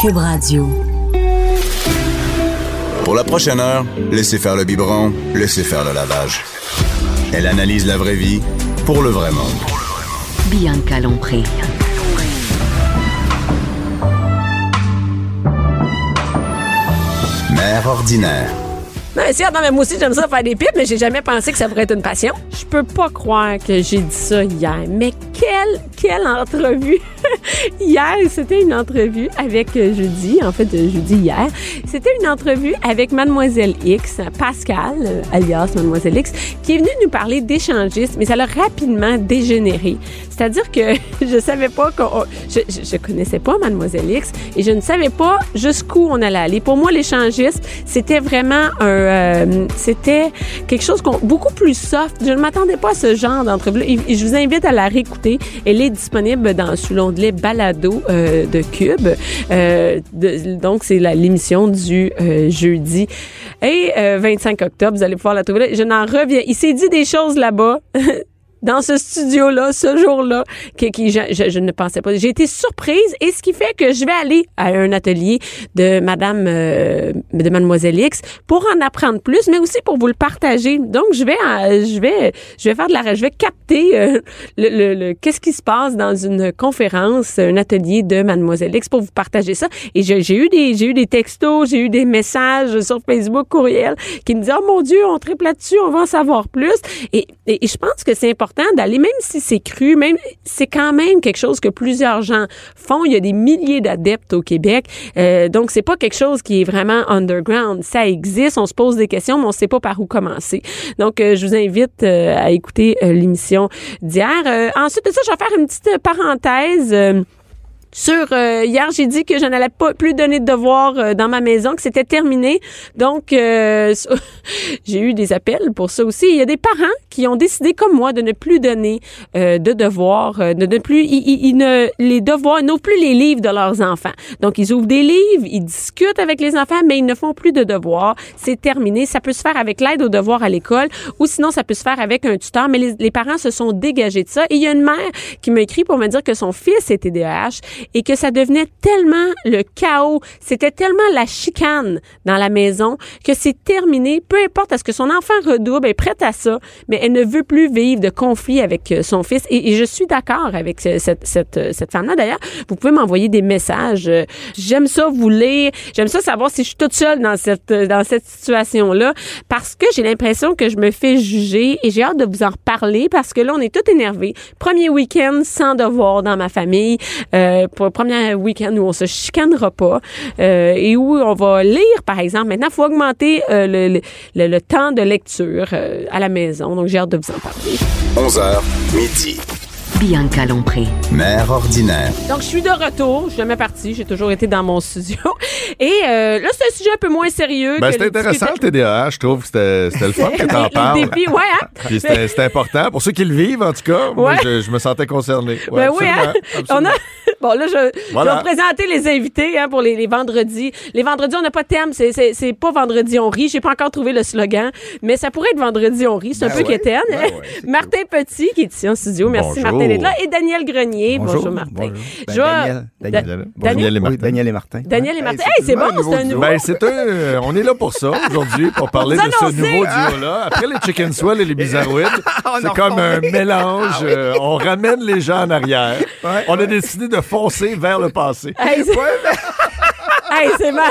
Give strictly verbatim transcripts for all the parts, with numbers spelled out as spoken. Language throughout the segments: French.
Cube Radio. Pour la prochaine heure, laissez faire le biberon, laissez faire le lavage. Elle analyse la vraie vie pour le vrai monde. Bianca Lompré. Mère ordinaire. Non, c'est non, mais moi aussi, j'aime ça faire des pipes, mais j'ai jamais pensé que ça pourrait être une passion. Je peux pas croire que j'ai dit ça hier, mais quelle, quelle entrevue! Hier, c'était une entrevue avec jeudi, en fait, jeudi hier. C'était une entrevue avec Mademoiselle X, Pascal, alias Mademoiselle X, qui est venue nous parler d'échangisme, mais ça l'a rapidement dégénéré. C'est-à-dire que je savais pas qu'on, je, je, je connaissais pas Mademoiselle X et je ne savais pas jusqu'où on allait aller. Pour moi, l'échangisme, c'était vraiment un Euh, c'était quelque chose qu'on, beaucoup plus soft. Je ne m'attendais pas à ce genre d'entrevue-là. Et, et je vous invite à la réécouter. Elle est disponible dans, sous l'onglet Balado euh, de Cube. Euh, de, donc, c'est la, l'émission du euh, jeudi. Et euh, vingt-cinq octobre, vous allez pouvoir la trouver là. Je n'en reviens. Il s'est dit des choses là-bas. Dans ce studio-là, ce jour-là, que, que je, je, je ne pensais pas. J'ai été surprise et ce qui fait que je vais aller à un atelier de Madame, euh, de Mademoiselle X pour en apprendre plus, mais aussi pour vous le partager. Donc, je vais, euh, je vais, je vais faire de la, je vais capter euh, le, le, le, qu'est-ce qui se passe dans une conférence, un atelier de Mademoiselle X pour vous partager ça. Et je, j'ai eu des, j'ai eu des textos, j'ai eu des messages sur Facebook, courriel, qui me disaient, oh mon Dieu, on triple là-dessus, on va en savoir plus. Et, et, et je pense que c'est important d'aller, même si c'est cru, même c'est quand même quelque chose que plusieurs gens font. Il y a des milliers d'adeptes au Québec, euh, donc c'est pas quelque chose qui est vraiment underground. Ça existe, on se pose des questions, mais on sait pas par où commencer. Donc, euh, je vous invite euh, à écouter euh, l'émission d'hier. Euh, ensuite de ça, je vais faire une petite parenthèse. Euh, Sur euh, hier, j'ai dit que je n'allais pas plus donner de devoirs euh, dans ma maison, que c'était terminé. Donc, euh, j'ai eu des appels pour ça aussi. Il y a des parents qui ont décidé, comme moi, de ne plus donner euh, de devoirs, euh, de ne plus, ils, ils, ils ne, les devoirs, ils n'ouvrent plus les livres de leurs enfants. Donc, ils ouvrent des livres, ils discutent avec les enfants, mais ils ne font plus de devoirs. C'est terminé. Ça peut se faire avec l'aide aux devoirs à l'école, ou sinon, ça peut se faire avec un tuteur. Mais les, les parents se sont dégagés de ça. Et il y a une mère qui m'a écrit pour me dire que son fils est T D A H. Et que ça devenait tellement le chaos, c'était tellement la chicane dans la maison que c'est terminé. Peu importe, est-ce que son enfant redouble, elle est prête à ça, mais elle ne veut plus vivre de conflit avec son fils. Et, et je suis d'accord avec cette, cette, cette femme-là. D'ailleurs, vous pouvez m'envoyer des messages. J'aime ça vous lire. J'aime ça savoir si je suis toute seule dans cette, dans cette situation-là parce que j'ai l'impression que je me fais juger et j'ai hâte de vous en reparler parce que là, on est tous énervés. Premier week-end sans devoir dans ma famille. Euh, pour le premier week-end où on se chicanera pas euh, et où on va lire, par exemple. Maintenant, il faut augmenter euh, le, le, le temps de lecture euh, à la maison. Donc, j'ai hâte de vous en parler. onze heures, midi. Bianca Lompré. Mère ordinaire. Donc, je suis de retour. Je suis jamais partie. J'ai toujours été dans mon studio. Et euh, là, c'est un sujet un peu moins sérieux. Ben, que c'était intéressant, le T D A H. Je trouve que c'était, c'était le fun que t'en les, parles. les défis, ouais, hein? Puis c'était, c'était important. Pour ceux qui le vivent, en tout cas, moi, Ouais. je, je me sentais concerné. Ouais, Ben oui, hein? On a... Bon, là, je, Voilà. je vais vous présenter les invités hein, pour les, les vendredis. Les vendredis, on n'a pas de thème. C'est, c'est, c'est pas vendredi, on rit. J'ai pas encore trouvé le slogan, mais ça pourrait être vendredi, on rit. C'est Ben un peu ouais. quétaine. Ben ouais, Martin Petit, qui est ici en studio. Merci, Bonjour. Martin, d'être là. Et Daniel Grenier. Bonjour, Bonjour, Martin. bonjour. Ben, Je vais- Daniel, Da- Daniel. Daniel et Martin. Oui, Daniel et Martin. Daniel et Ouais. Martin. Hey, Hey, c'est bon, nouveau c'est un duo. nouveau. Ben, c'est un, euh, on est là pour ça aujourd'hui, pour parler Pour de vous ce annoncer. nouveau duo-là. Après les Chicken Swell et les Bizarroïdes, On c'est en comme un retombe. mélange. euh, on ramène les gens en arrière. Ouais, on a ouais. décidé de foncer vers le passé. Hey, c'est, Ouais, mais- hey, c'est mal.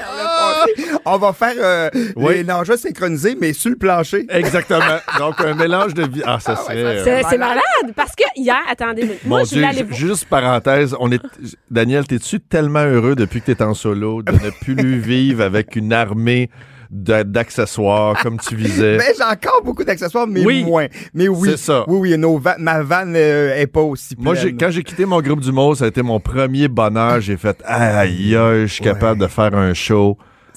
On va faire euh, Oui. les nageaux synchronisés, mais sur le plancher. Exactement. Donc, un mélange de vie. Ah, ça Ah ouais, serait. ça euh, C'est, c'est malade. Parce que hier, attendez, moi, Mon je Dieu, voulais aller ju- juste parenthèse, on est Daniel, t'es-tu tellement heureux depuis que t'es en solo de ne plus vivre avec une armée de- d'accessoires comme tu visais? Mais j'ai encore beaucoup d'accessoires, mais Oui. moins. Mais oui. C'est ça. Oui, oui, nos va- ma vanne euh, est pas aussi pleine. Moi, j'ai, quand j'ai quitté mon groupe d'humour, ça a été mon premier bonheur. J'ai fait, aïe, aïe, je suis Ouais. capable de faire un show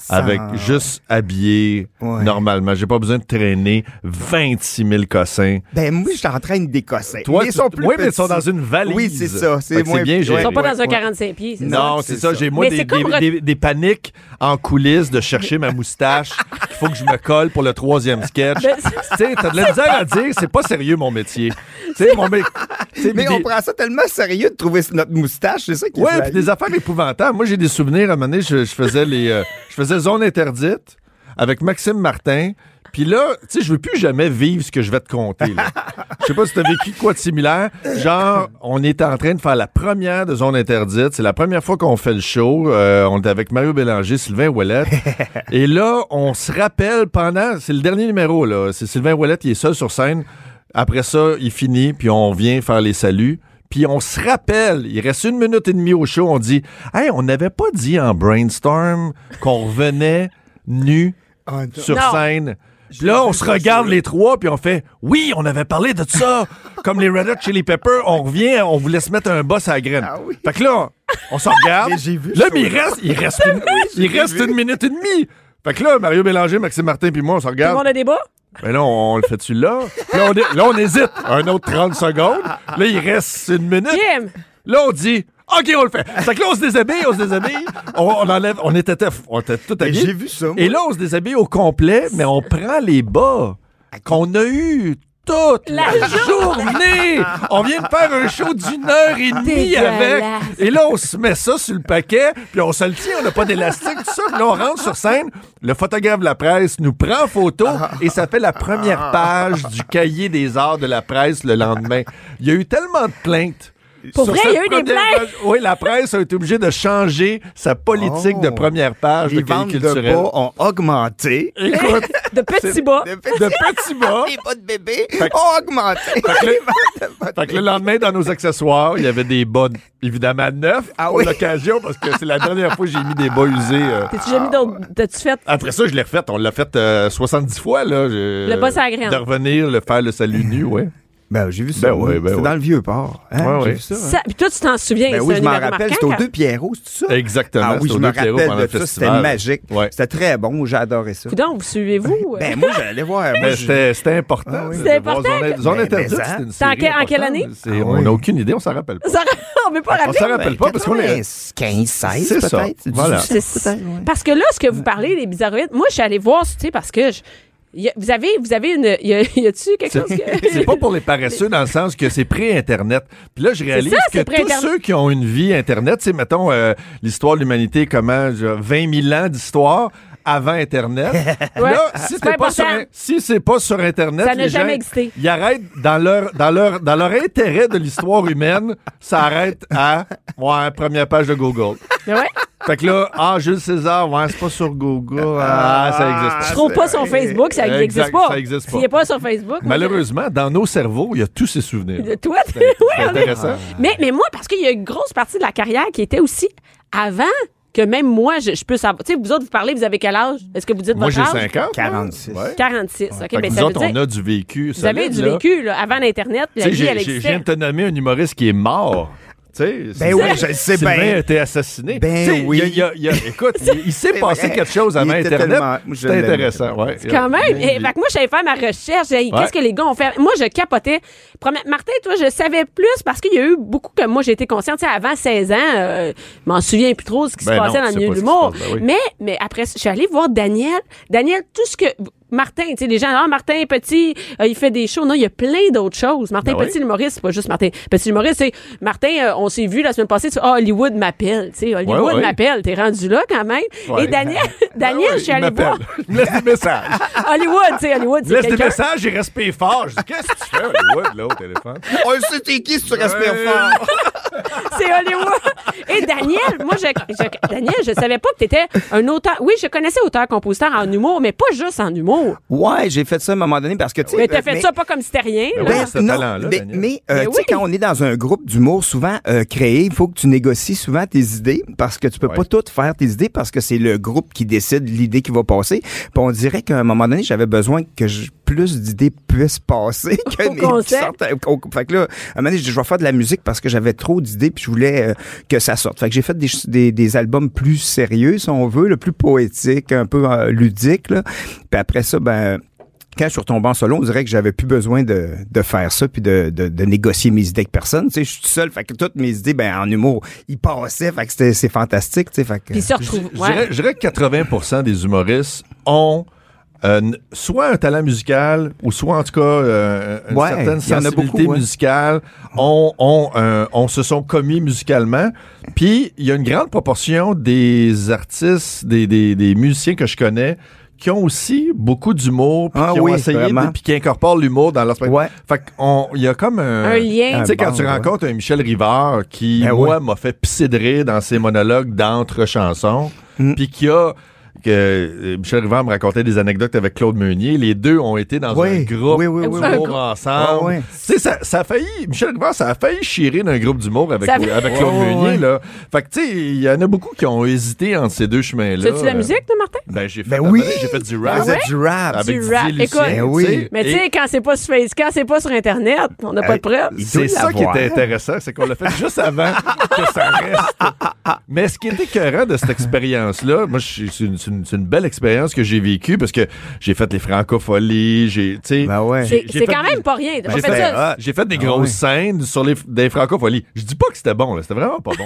avec juste habillé Ouais. normalement. J'ai pas besoin de traîner vingt-six mille cossins. Ben, moi, je t'entraîne des cossins. Toi, mais ils tu- sont plus oui, mais ils petits. sont dans une valise. Oui, c'est ça. Fait C'est que moins c'est bien ouais, géré. Ils sont pas ouais, dans un ouais. quarante-cinq pieds, c'est ça? Non, Non, c'est c'est ça. ça. J'ai moi Mais des, c'est comme des, re- des- des paniques en coulisses de chercher ma moustache qu'il faut que je me colle pour le troisième sketch. Ben, Tu sais, t'as de la misère à dire, c'est pas sérieux mon métier. Tu sais, mon mé- tu sais, Mais puis on des- prend ça tellement sérieux de trouver notre moustache, c'est ça qui est Ouais, fou. puis des affaires épouvantables. Moi, j'ai des souvenirs. À un moment donné, je, je faisais les, euh, je faisais Zone interdite avec Maxime Martin. Puis là, tu sais, je veux plus jamais vivre ce que je vais te conter. Là. Je sais pas si t'as vécu de quoi de similaire. Genre, on était en train de faire la première de Zone interdite. C'est la première fois qu'on fait le show. Euh, on était avec Mario Bélanger, Sylvain Ouellette. Et là, on se rappelle pendant... C'est le dernier numéro, là. C'est Sylvain Ouellette qui est seul sur scène. Après ça, il finit, puis on vient faire les saluts. Puis on se rappelle, il reste une minute et demie au show, on dit « Hey, on n'avait pas dit en brainstorm qu'on revenait nu Ah, sur Non. scène. » Puis là, on se regarde les trois, puis on fait « Oui, on avait parlé de ça! » Comme les Red Hot Chili Peppers, on revient, on voulait se mettre un boss à la graine. Ah oui. Fait que là, on se regarde. Mais j'ai vu Là, ça. mais il reste, il reste, une, il j'ai reste vu. une minute et demie. Fait que là, Mario Bélanger, Maxime Martin, puis moi, on se Tout le regarde. monde a des bas? Ben là, on, on le fait-tu là? Là on, est- là, on hésite. Un autre trente secondes. Là, il reste une minute. Jim! Là, on dit, OK, on le fait. Fait que là, on se déshabille, on se déshabille. On, on enlève, on était, on était tout Mais habillés. j'ai vu ça, moi. Et là, on se déshabille au complet, mais on prend les bas qu'on a eu toute la, La journée. On vient de faire un show d'une heure et demie Dégueulasse. avec. Et là, on se met ça sur le paquet, puis on se le tient, on n'a pas d'élastique, tout ça. Puis là, on rentre sur scène. Le photographe de la presse nous prend en photo et ça fait la première page du cahier des arts de la presse le lendemain. Il y a eu tellement de plaintes. Pour Sur vrai, il y a cette eu des première plaintes? page. Oui, la presse a été obligée de changer sa politique Oh. de première page Les de cahier ventes de culturel. bas ont augmenté. Écoute, De petits bas. De de petits bas. Les bas de bébé Fait que- ont augmenté. que le- Les ventes de bas de Fait que le bébé. lendemain, dans nos accessoires, il y avait des bas, évidemment, neufs Ah pour oui. l'occasion, parce que c'est la dernière fois que j'ai mis des bas usés. euh. T'as-tu jamais mis d'autres. T'as-tu fait. Après ça, je l'ai refait. On l'a fait euh, soixante-dix fois. Là. Je- Le bas sur la graine. De revenir, le faire le salut nu, ouais. Ben, j'ai vu ça. Ben ouais, ben C'était ouais. dans le Vieux-Port. Hein? Ouais, j'ai ouais. vu ça. hein. Ça, puis toi, tu t'en souviens. Ben c'est oui, un je m'en numéro rappelle. marquant, C'était aux quand- deux Pierrots, c'est ça? Exactement. Ah oui, C'était je aux me deux Pierrots rappelle pendant de le ça. festival. C'était magique. Ouais. C'était très bon. J'ai adoré ça. Coudon, vous suivez-vous? Ben, moi, j'allais voir. Moi, Mais je- c'était c'était important. Ah oui. de C'était voir important Zone, que- Zone Ben, interdite, mais ça- c'était une C'était en série quel- en quelle importante. année? C'est- Ah on oui. n'a aucune idée, on s'en rappelle pas. Ça- on veut pas On rappeler. s'en rappelle pas parce qu'on est... quinze, seize, C'est ça. peut-être. Voilà. dix-huit, C'est- peut-être, ouais. Parce que là, ce que vous parlez, les bizarroïdes, moi, je suis allée voir, tu sais, parce que je- y a- vous avez, vous avez une, y a, y a-tu quelque chose que... C'est pas pour les paresseux dans le sens que c'est pré-Internet. Puis là, je réalise ça, que c'est tous pré-Internet. ceux qui ont une vie Internet, tu sais, mettons, euh, l'histoire de l'humanité, comment, genre, vingt mille ans d'histoire avant Internet. Ouais, Là, c'est si, pas t'es pas sur, important. si c'est pas sur Internet, Ça n'a les jamais gens, existé. ils arrêtent dans leur, dans leur, dans leur intérêt de l'histoire humaine, ça arrête à, ouais, première page de Google. Mais ouais. Fait que là, ah, Jules César, ouais, c'est pas sur Google. Ah, ça existe Je pas. trouve pas son Facebook, ça Exact, n'existe pas. ça existe pas. S'il n'est pas sur Facebook. moi, Malheureusement, dans nos cerveaux, il y a tous ces souvenirs. je- Toi, C'est oui, c'est on est- intéressant. Mais, mais moi, parce qu'il y a une grosse partie de la carrière qui était aussi avant que même moi, je, je peux savoir. Tu sais, vous autres, vous parlez, vous avez quel âge? Est-ce que vous dites Moi, votre j'ai âge? cinquante. quarante-six. Ouais. quarante-six. OK, Fait que ben, nous ça veut autres, dire. on a du vécu. Vous avez solide, du là. vécu, là, avant l'Internet, Tu la sais, vie, j'ai- elle j'ai- je existait. viens de te nommer un humoriste qui est mort. Tu sais, Ben oui, je le sais Sylvain bien. a été assassiné. Ben Tu sais, oui. il y a- il y a- il y a- écoute, il, il s'est C'est passé vrai. quelque chose Il avant était Internet. tellement- moi, je C'était l'aimais. intéressant. Ouais. Quand même. Il- Et, fait que moi, j'allais faire ma recherche. J'ai- Qu'est-ce que les gars ont fait? Moi, je capotais. Première- Martin, toi, je savais plus parce qu'il y a eu beaucoup que moi, j'ai été consciente. Tu sais, avant seize ans, euh, je m'en souviens plus trop ce qui Ben se non, passait dans tu le sais milieu pas de ce qui l'humour. se passe, ben oui. Mais, mais après, je suis allée voir Daniel. Daniel, tout ce que. Martin, tu sais, les gens, ah, Martin Petit, euh, il fait des shows. Non, il y a plein d'autres choses. Martin Ben Petit, oui. l'humoriste, c'est pas juste Martin Petit, l'humoriste, c'est Martin, euh, on s'est vu la semaine passée, tu ah, Hollywood m'appelle. Tu sais, Hollywood Ouais, ouais. m'appelle. T'es rendu là quand même. Ouais. Et Daniel, Ben Daniel, ouais, je suis il allée voir. m'appelle. Il me laisse des messages. Hollywood, tu sais, Hollywood, Il me c'est laisse des quelqu'un. messages, il respire fort. Je dis, qu'est-ce que tu fais, Hollywood, là, au téléphone? On le sait, t'es qui si tu respires Ouais. fort? C'est Hollywood. Et Daniel, moi, je, je- Daniel, je savais pas que t'étais un auteur. Oui, je connaissais auteur-compositeur en humour, mais pas juste en humour. Ouais, j'ai fait ça à un moment donné parce que, tu sais. Mais t'as euh, fait mais- ça pas comme si c'était rien. Ben là. oui, ce non, talent-là, mais, Daniel. mais, euh, Mais tu sais, oui. quand on est dans un groupe d'humour souvent euh, créé, il faut que tu négocies souvent tes idées parce que tu peux Ouais. pas toutes faire tes idées parce que c'est le groupe qui décide l'idée qui va passer. Puis on dirait qu'à un moment donné, j'avais besoin que je- plus d'idées puissent passer que Au mes concept. sortes- au- Fait que là, à un moment donné, je dis, je vais faire de la musique parce que j'avais trop d'idées idées, puis je voulais euh, que ça sorte. Fait que j'ai fait des, des, des albums plus sérieux, si on veut, le plus poétique, un peu euh, ludique, là. Puis après ça, ben... Quand je suis retombé en solo, on dirait que j'avais plus besoin de, de faire ça puis de, de, de négocier mes idées avec personne. Tu sais, je suis tout seul, fait que toutes mes idées, ben en humour, ils passaient, fait que c'était, c'est fantastique, tu sais, fait que... Puis se retrouve. Je dirais, je dirais que quatre-vingts pour cent des humoristes ont euh, soit un talent musical ou soit en tout cas euh, une Ouais, certaine il y en a sensibilité beaucoup, ouais. musicale. On, on, euh, on se sont commis musicalement. Puis il y a une grande proportion des artistes, des, des, des musiciens que je connais qui ont aussi beaucoup d'humour, puis ah, qui ont oui, essayé, vraiment. de, puis qui incorporent l'humour dans leur spectacle. Ouais. Fait qu'il y a comme un... Un lien. Tu sais, quand bon, tu ouais. rencontres un Michel Rivard qui, Ben moi, ouais. m'a fait pisser de rire dans ses monologues d'entre-chansons, Mm. puis qui a... que euh, Michel Rivard me racontait des anecdotes avec Claude Meunier. Les deux ont été dans Oui, un groupe oui, oui, oui, d'humour oui. ensemble. Ah, oui. Tu sais, ça, ça a failli... Michel Rivard, ça a failli chirer d'un groupe d'humour avec, Ça- avec Claude Ouais, Meunier, ouais. là. Fait que, tu sais, il y en a beaucoup qui ont hésité entre ces deux chemins-là. Fais-tu de la musique, toi, Martin? Ben, j'ai fait, Ben oui. j'ai fait du rap. Vous êtes du rap. Avec Du Didier rap. Lucien, Écoute, tu sais. Ben oui. Mais tu Et sais, quand c'est pas sur Facebook, quand c'est pas sur Internet, on n'a pas Hey, de preuves. il c'est doit ça qui l'avoir. était intéressant, c'est qu'on l'a fait juste avant que ça reste. Mais ce qui était écœurant de cette expérience-là, moi, je- c'est une, c'est une, c'est une belle expérience que j'ai vécue parce que j'ai fait les francopholies, j'ai, tu sais, Ben ouais. C'est j'ai c'est fait quand des- même pas rien. T'as j'ai pas fait fait, ça. ah, j'ai fait des Ah grosses ouais. scènes sur les des francopholies. Je dis pas que c'était bon, là, c'était vraiment pas bon.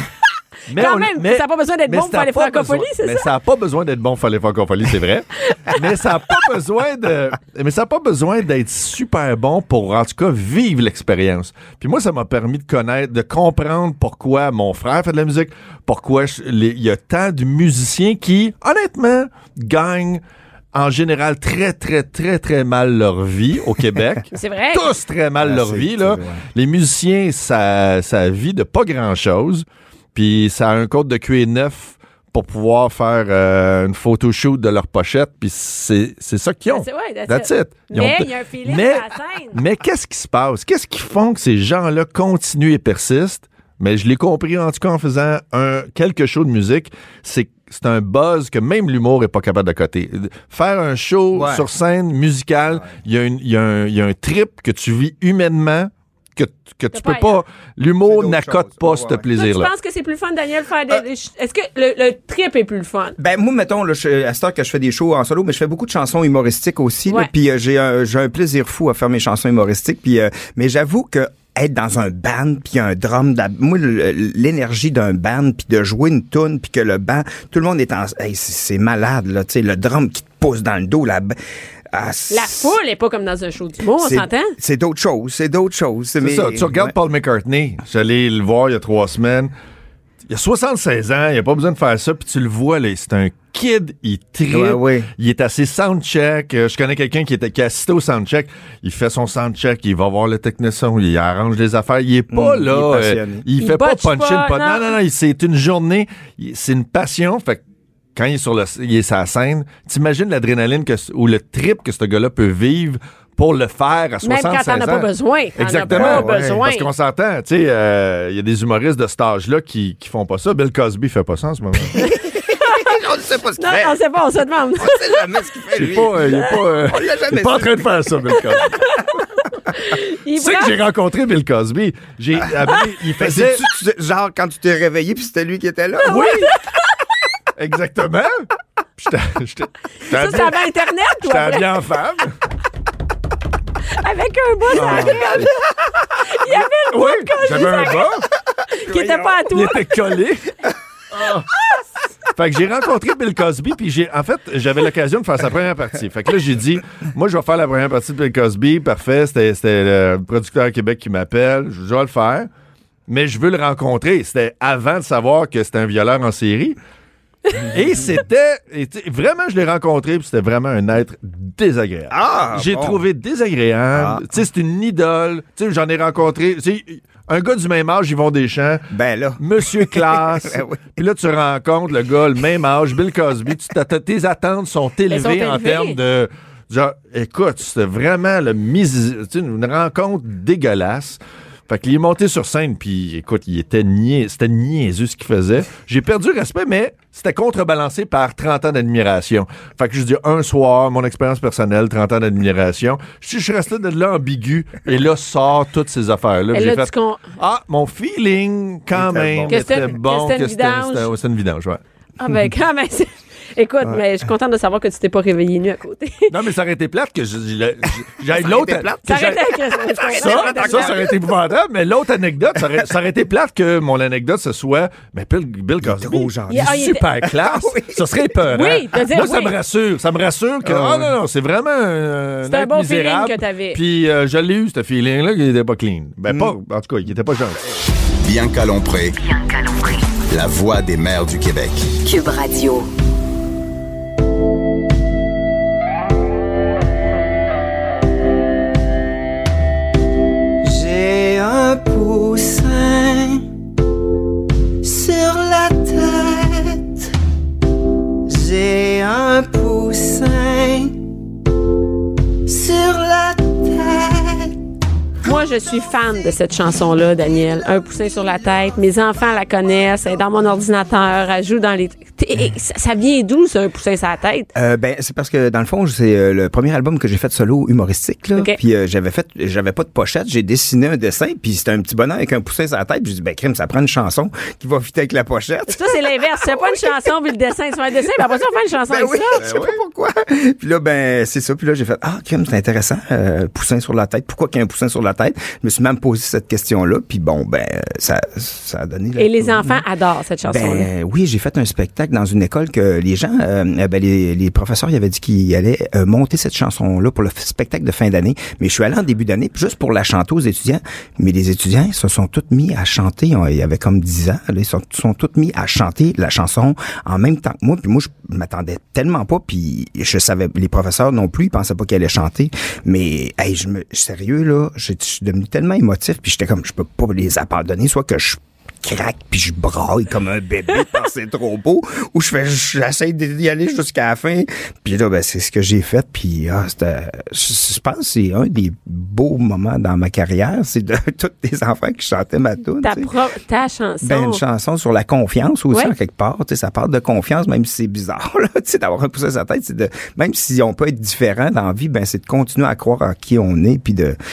Mais Quand on- même, mais- ça n'a pas besoin d'être mais bon pour ça faire a les pas francopholies, besoin- c'est mais ça? ça n'a pas besoin d'être bon pour faire les francopholies, c'est vrai. mais ça n'a pas besoin de. Mais ça n'a pas besoin d'être super bon pour, en tout cas, vivre l'expérience. Puis moi, ça m'a permis de connaître, de comprendre pourquoi mon frère fait de la musique, pourquoi je- les- il y a tant de musiciens qui, honnêtement, gagnent en général très, très, très, très mal leur vie au Québec. C'est vrai. Tous très mal Ah, leur c'est- vie, là. c'est- ouais. Les musiciens, ça, ça vit de pas grand-chose. Puis ça a un code de Q E neuf pour pouvoir faire euh, une photoshoot de leur pochette. Puis c'est, c'est ça qu'ils ont. C'est- ouais, that's That's it. it. Ils ont Mais p- il y a un feeling mais, à la scène. mais qu'est-ce qui se passe? Qu'est-ce qui font que ces gens-là continuent et persistent? Mais je l'ai compris, en tout cas, en faisant un, quelque chose de musique, c'est c'est un buzz que même l'humour est pas capable de coter. Faire un show Ouais. sur scène musicale, il y a une- il y a un- il y a un trip que tu vis humainement que, que tu pas peux pas... ailleurs. L'humour C'est d'autres n'accote choses. pas Ouais, ce ouais, ouais. Toi, tu plaisir-là. penses que c'est plus fun, Daniel, faire des... des ch- Est-ce que le, le trip est plus le fun? Ben moi mettons là, je, à cette heure que je fais des shows en solo, mais je fais beaucoup de chansons humoristiques aussi. Ouais. Là, puis euh, j'ai un j'ai un plaisir fou à faire mes chansons humoristiques. Puis euh, mais j'avoue que être dans un band puis un drum, de la- moi le- l'énergie d'un band puis de jouer une tune puis que le band, tout le monde est en, hey, c'est c'est malade là, tu sais le drum qui te pousse dans le dos, la ah, La foule est pas comme dans un show d'humour, on c'est- s'entend? C'est d'autres choses, c'est d'autres choses. C'est ça. Tu regardes Paul McCartney. J'allais le voir il y a trois semaines. Il a soixante-seize ans. Il a pas besoin de faire ça. Puis tu le vois, là. C'est un kid. Il tripe. Ouais, ouais. Il est assez soundcheck. Euh, Je connais quelqu'un qui, était, qui a assisté au soundcheck. Il fait son soundcheck. Il va voir le technicien. Il arrange les affaires. Il est pas Mm, il là. est euh, passionné. il, Il fait pas botche puncher pas, le pot. Non, non. non, non. il- C'est une journée. il- C'est une passion. Fait que quand il est sur le, il est sur la scène, t'imagines l'adrénaline que, ou le trip que ce gars-là peut vivre pour le faire à Même soixante-seize ans. quand t'en as pas besoin. T'en Exactement. as pas Ouais. besoin. Parce qu'on s'entend, tu sais, il euh, y a des humoristes de cet âge-là qui, qui font pas ça. Bill Cosby fait pas ça en ce moment. On ne sait pas ce qu'il Non, fait. on sait pas, on se demande. On sait jamais ce qu'il fait Il est lui. pas, euh, il est pas, euh, On l'a il jamais est pas en su. train de faire ça, Bill Cosby. Il Tu sais que brasse- j'ai rencontré Bill Cosby. J'ai, appelé- il Ben, faisait... c'est-tu- tu- genre quand tu t'es réveillé puis c'était lui qui était là. Oui! Exactement. J'étais, j'étais, j'étais Ça, habillé, c'est avant Internet, j'étais toi, habillé en femme. avec un bout Ah. sur la gueule. Il y avait le bout Oui, de Cosby j'avais un bas. qui était pas à Il toi. était collé. Ah. Fait que j'ai rencontré Bill Cosby, puis j'ai, en fait, j'avais l'occasion de faire sa première partie. Fait que là, j'ai dit, moi, je vais faire la première partie de Bill Cosby. Parfait, c'était, c'était le producteur à Québec qui m'appelle. Je vais le faire. Mais je veux le rencontrer. C'était avant de savoir que c'était un violeur en série. Et c'était, et tu sais, vraiment, je l'ai rencontré, puis c'était vraiment un être désagréable. Ah, J'ai bon. trouvé désagréable. Ah. Tu sais, c'est une idole. Tu sais, j'en ai rencontré. Tu sais, un gars du même âge, Yvon Deschamps. Ben là. Monsieur Classe. Ben oui. Puis là, tu rencontres le gars, le même âge, Bill Cosby. Tu t'atta- tes attentes sont élevées, sont en élevées. termes de. Genre, écoute, c'était vraiment le mis, tu sais, une rencontre dégueulasse. Fait qu'il est monté sur scène, puis écoute, il était niais, c'était niaiseux ce qu'il faisait. J'ai perdu respect, mais c'était contrebalancé par trente ans d'admiration. Fait que je dis un soir, mon expérience personnelle, trente ans d'admiration. Je, je suis resté de là ambigu et là sort toutes ces affaires-là. Et J'ai là, fait, tu con- ah, mon feeling, quand C'était même, bon. Que c'était- était bon. que c'était une que c'était vidange. c'était- ouais, c'était une vidange, ouais. Ah ben quand même, c'est- écoute, mais je suis contente de savoir que tu t'es pas réveillé nu à côté. Non, mais ça aurait été plate que je- je- je- j'aille Ça l'autre. aurait été plate? que Ça j'aille- aurait été avec- Ça, ça, ça aurait été épouvantable, mais l'autre anecdote, ça aurait, ça aurait été plate que mon anecdote, ce soit, mais Bill, Bill Cosby, trop gentil. il est Ah, il super classe, ça serait épeurant. Oui, de dire Moi, ça oui. me rassure, ça me rassure que, ah Ah, non, non, c'est vraiment un C'est un être bon misérable. feeling que t'avais. Puis euh, je l'ai eu, ce feeling-là, qu'il était pas clean. Ben, pas, en tout cas, il était pas gentil. Bianca Lompré, Bianca Lompré. la voix des mères du Québec. Cube Radio. J'ai un poussin sur la tête. J'ai un poussin sur la tête. Moi, je suis fan de cette chanson-là, Daniel. Un poussin sur la tête. Mes enfants la connaissent. Elle est dans mon ordinateur. Elle joue dans les... Et ça, ça vient d'où, ça, un poussin sur la tête? Euh, ben c'est parce que dans le fond c'est euh, le premier album que j'ai fait solo humoristique là. Okay. Puis euh, j'avais fait j'avais pas de pochette, j'ai dessiné un dessin puis c'était un petit bonheur avec un poussin sur la tête, puis j'ai dit ben crime, ça prend une chanson qui va fitter avec la pochette. Ça, c'est l'inverse. C'est pas une chanson, puis le dessin. Tu fais un dessin, puis après ça, on fait une chanson Ben avec oui, ça. je sais pas pourquoi. Puis là, ben, c'est ça. Puis là, j'ai fait, ah, crème, c'est intéressant, euh, poussin sur la tête. Pourquoi qu'il y a un poussin sur la tête? Je me suis même posé cette question-là. Puis bon, ben, ça, ça a donné... Et les enfants adorent cette chanson-là. Ben oui, j'ai fait un spectacle dans une école que les gens, euh, ben, les, les professeurs, ils avaient dit qu'ils allaient euh, monter cette chanson-là pour le f- spectacle de fin d'année. Mais je suis allé en début d'année, puis juste pour la chanter aux étudiants. Mais les étudiants, ils se sont tous mis à chanter. Il y avait comme dix ans. Là, ils sont, sont tous mis à chanter la chanson en même temps que moi. Puis moi, je m'attendais tellement pas. Puis je savais, les professeurs non plus, ils pensaient pas qu'ils allaient chanter. Mais, hey, je me, sérieux, là, je je suis devenu tellement émotif. Puis j'étais comme, je peux pas les abandonner. Soit que je craque puis je braille comme un bébé parce que c'est trop beau, ou je fais j'essaie d'y aller jusqu'à la fin, puis là ben c'est ce que j'ai fait, puis ah, c'était, je, je pense que c'est un des beaux moments dans ma carrière, c'est de tous les enfants qui chantaient ma tune. Ta, pro- ta chanson. Ben, une chanson sur la confiance aussi, Ouais. en quelque part. Tu sais, ça parle de confiance, même si c'est bizarre, là, tu sais, d'avoir un pouce à sa tête. C'est de, même si on peut être différent dans la vie, ben, c'est de continuer à croire à qui on est, puis de,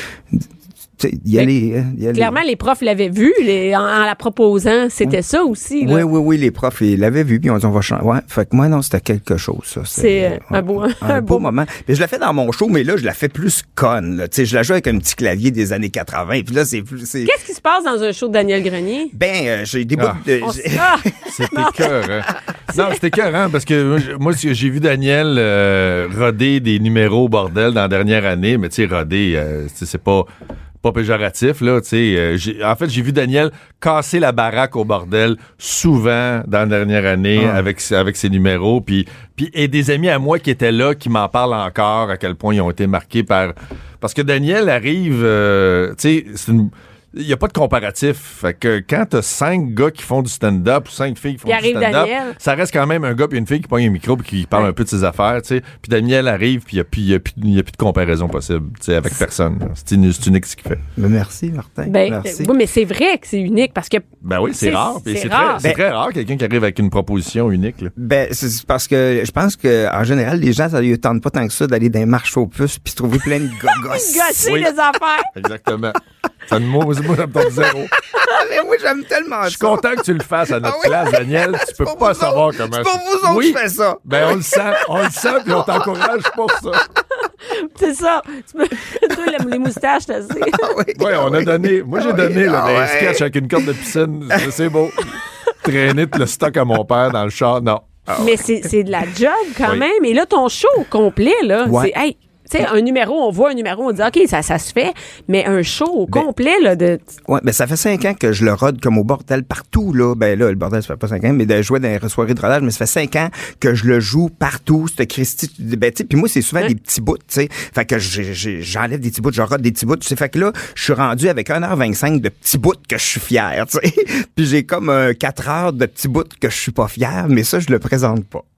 tu sais, y aller, hein, y aller. Clairement, les profs l'avaient vu les, en, en la proposant. C'était ça aussi. Là. Oui, oui, oui, les profs, ils l'avaient vu, puis on dit, on va changer. Ouais, fait que moi, non, c'était quelque chose, ça. C'est, euh, un beau- un, un beau beau- moment. Mais je la fais dans mon show, mais là, je la fais plus conne, là. Tu sais, je la joue avec un petit clavier des années quatre-vingts, puis là, c'est plus, c'est... Qu'est-ce qui se passe dans un show de Daniel Grenier? Ben, euh, j'ai des Ah. bouts de... On j'ai- s- ah! C'était cœur, hein. Non, c'était cœur, hein, parce que moi, je- moi, j'ai vu Daniel euh, roder des numéros bordel dans la dernière année, mais tu sais, roder, euh, tu sais, c'est pas pas péjoratif, là, tu sais. Euh, j'ai- en fait, j'ai vu Daniel casser la baraque au bordel souvent dans la dernière année Ah. avec, avec ses numéros, puis puis et des amis à moi qui étaient là, qui m'en parlent encore, à quel point ils ont été marqués par... Parce que Daniel arrive, euh, tu sais, c'est une... Il n'y a pas de comparatif. Fait que quand t'as cinq gars qui font du stand-up ou cinq filles qui font Puis du arrive stand-up, Daniel. ça reste quand même un gars puis une fille qui pogne un micro puis qui parle Ouais. un peu de ses affaires, tu sais. Puis Daniel arrive puis il n'y a, plus- il y a, plus- il y a plus de comparaison possible, tu sais, avec personne. C'est une- c'est unique ce qu'il fait. Ben, merci, Martin. Ben, merci. oui, mais c'est vrai que c'est unique parce que Ben oui, c'est C'est- rare. Puis c'est c'est rare. très, c'est Ben- très rare quelqu'un qui arrive avec une proposition unique, là. Ben, c'est parce que je pense que en général, les gens, ça ne tente pas tant que ça d'aller dans les marches aux puces puis trouver plein de gogos. gosser Oui. les affaires. Exactement. Ça me moi, moi, ça me tente zéro. Mais moi, j'aime tellement Je suis ça. content que tu le fasses à notre Ah oui? place, Daniel. Tu peux pour pas vous savoir autres. comment... C'est pour vous autres Oui. que je fais ça. Ben, on le sent. On le sent puis on t'encourage pour ça. C'est ça. Tu peux... Toi, les, les moustaches, t'as assez. Ouais, on a donné. Moi, j'ai Ah donné oui, là, ah des ouais. sketchs avec une corde de piscine. C'est- C'est beau. Traîner tout le stock à mon père dans le char. Non. Mais c'est, c'est de la job quand Oui. même. Et là, ton show complet, là, Ouais. c'est... Hey, tu sais, un numéro, on voit un numéro, on dit, OK, ça, ça se fait. Mais un show au Ben, complet, là, de... Ouais, ben ça fait cinq ans que je le rode comme au bordel partout, là. Ben là, le bordel, ça fait pas cinq ans, mais de jouer dans les soirées de rodage, mais ça fait cinq ans que je le joue partout, cette Christy. Ben, tu sais, puis moi, c'est souvent Ouais. des petits bouts, tu sais. Fait que j'ai- j'ai- j'enlève des petits bouts, je rode des petits bouts, tu sais. Fait que là, je suis rendu avec une heure vingt-cinq de petits bouts que je suis fier, tu sais. Puis j'ai comme euh, quatre heures de petits bouts que je suis pas fier, mais ça, je le présente pas.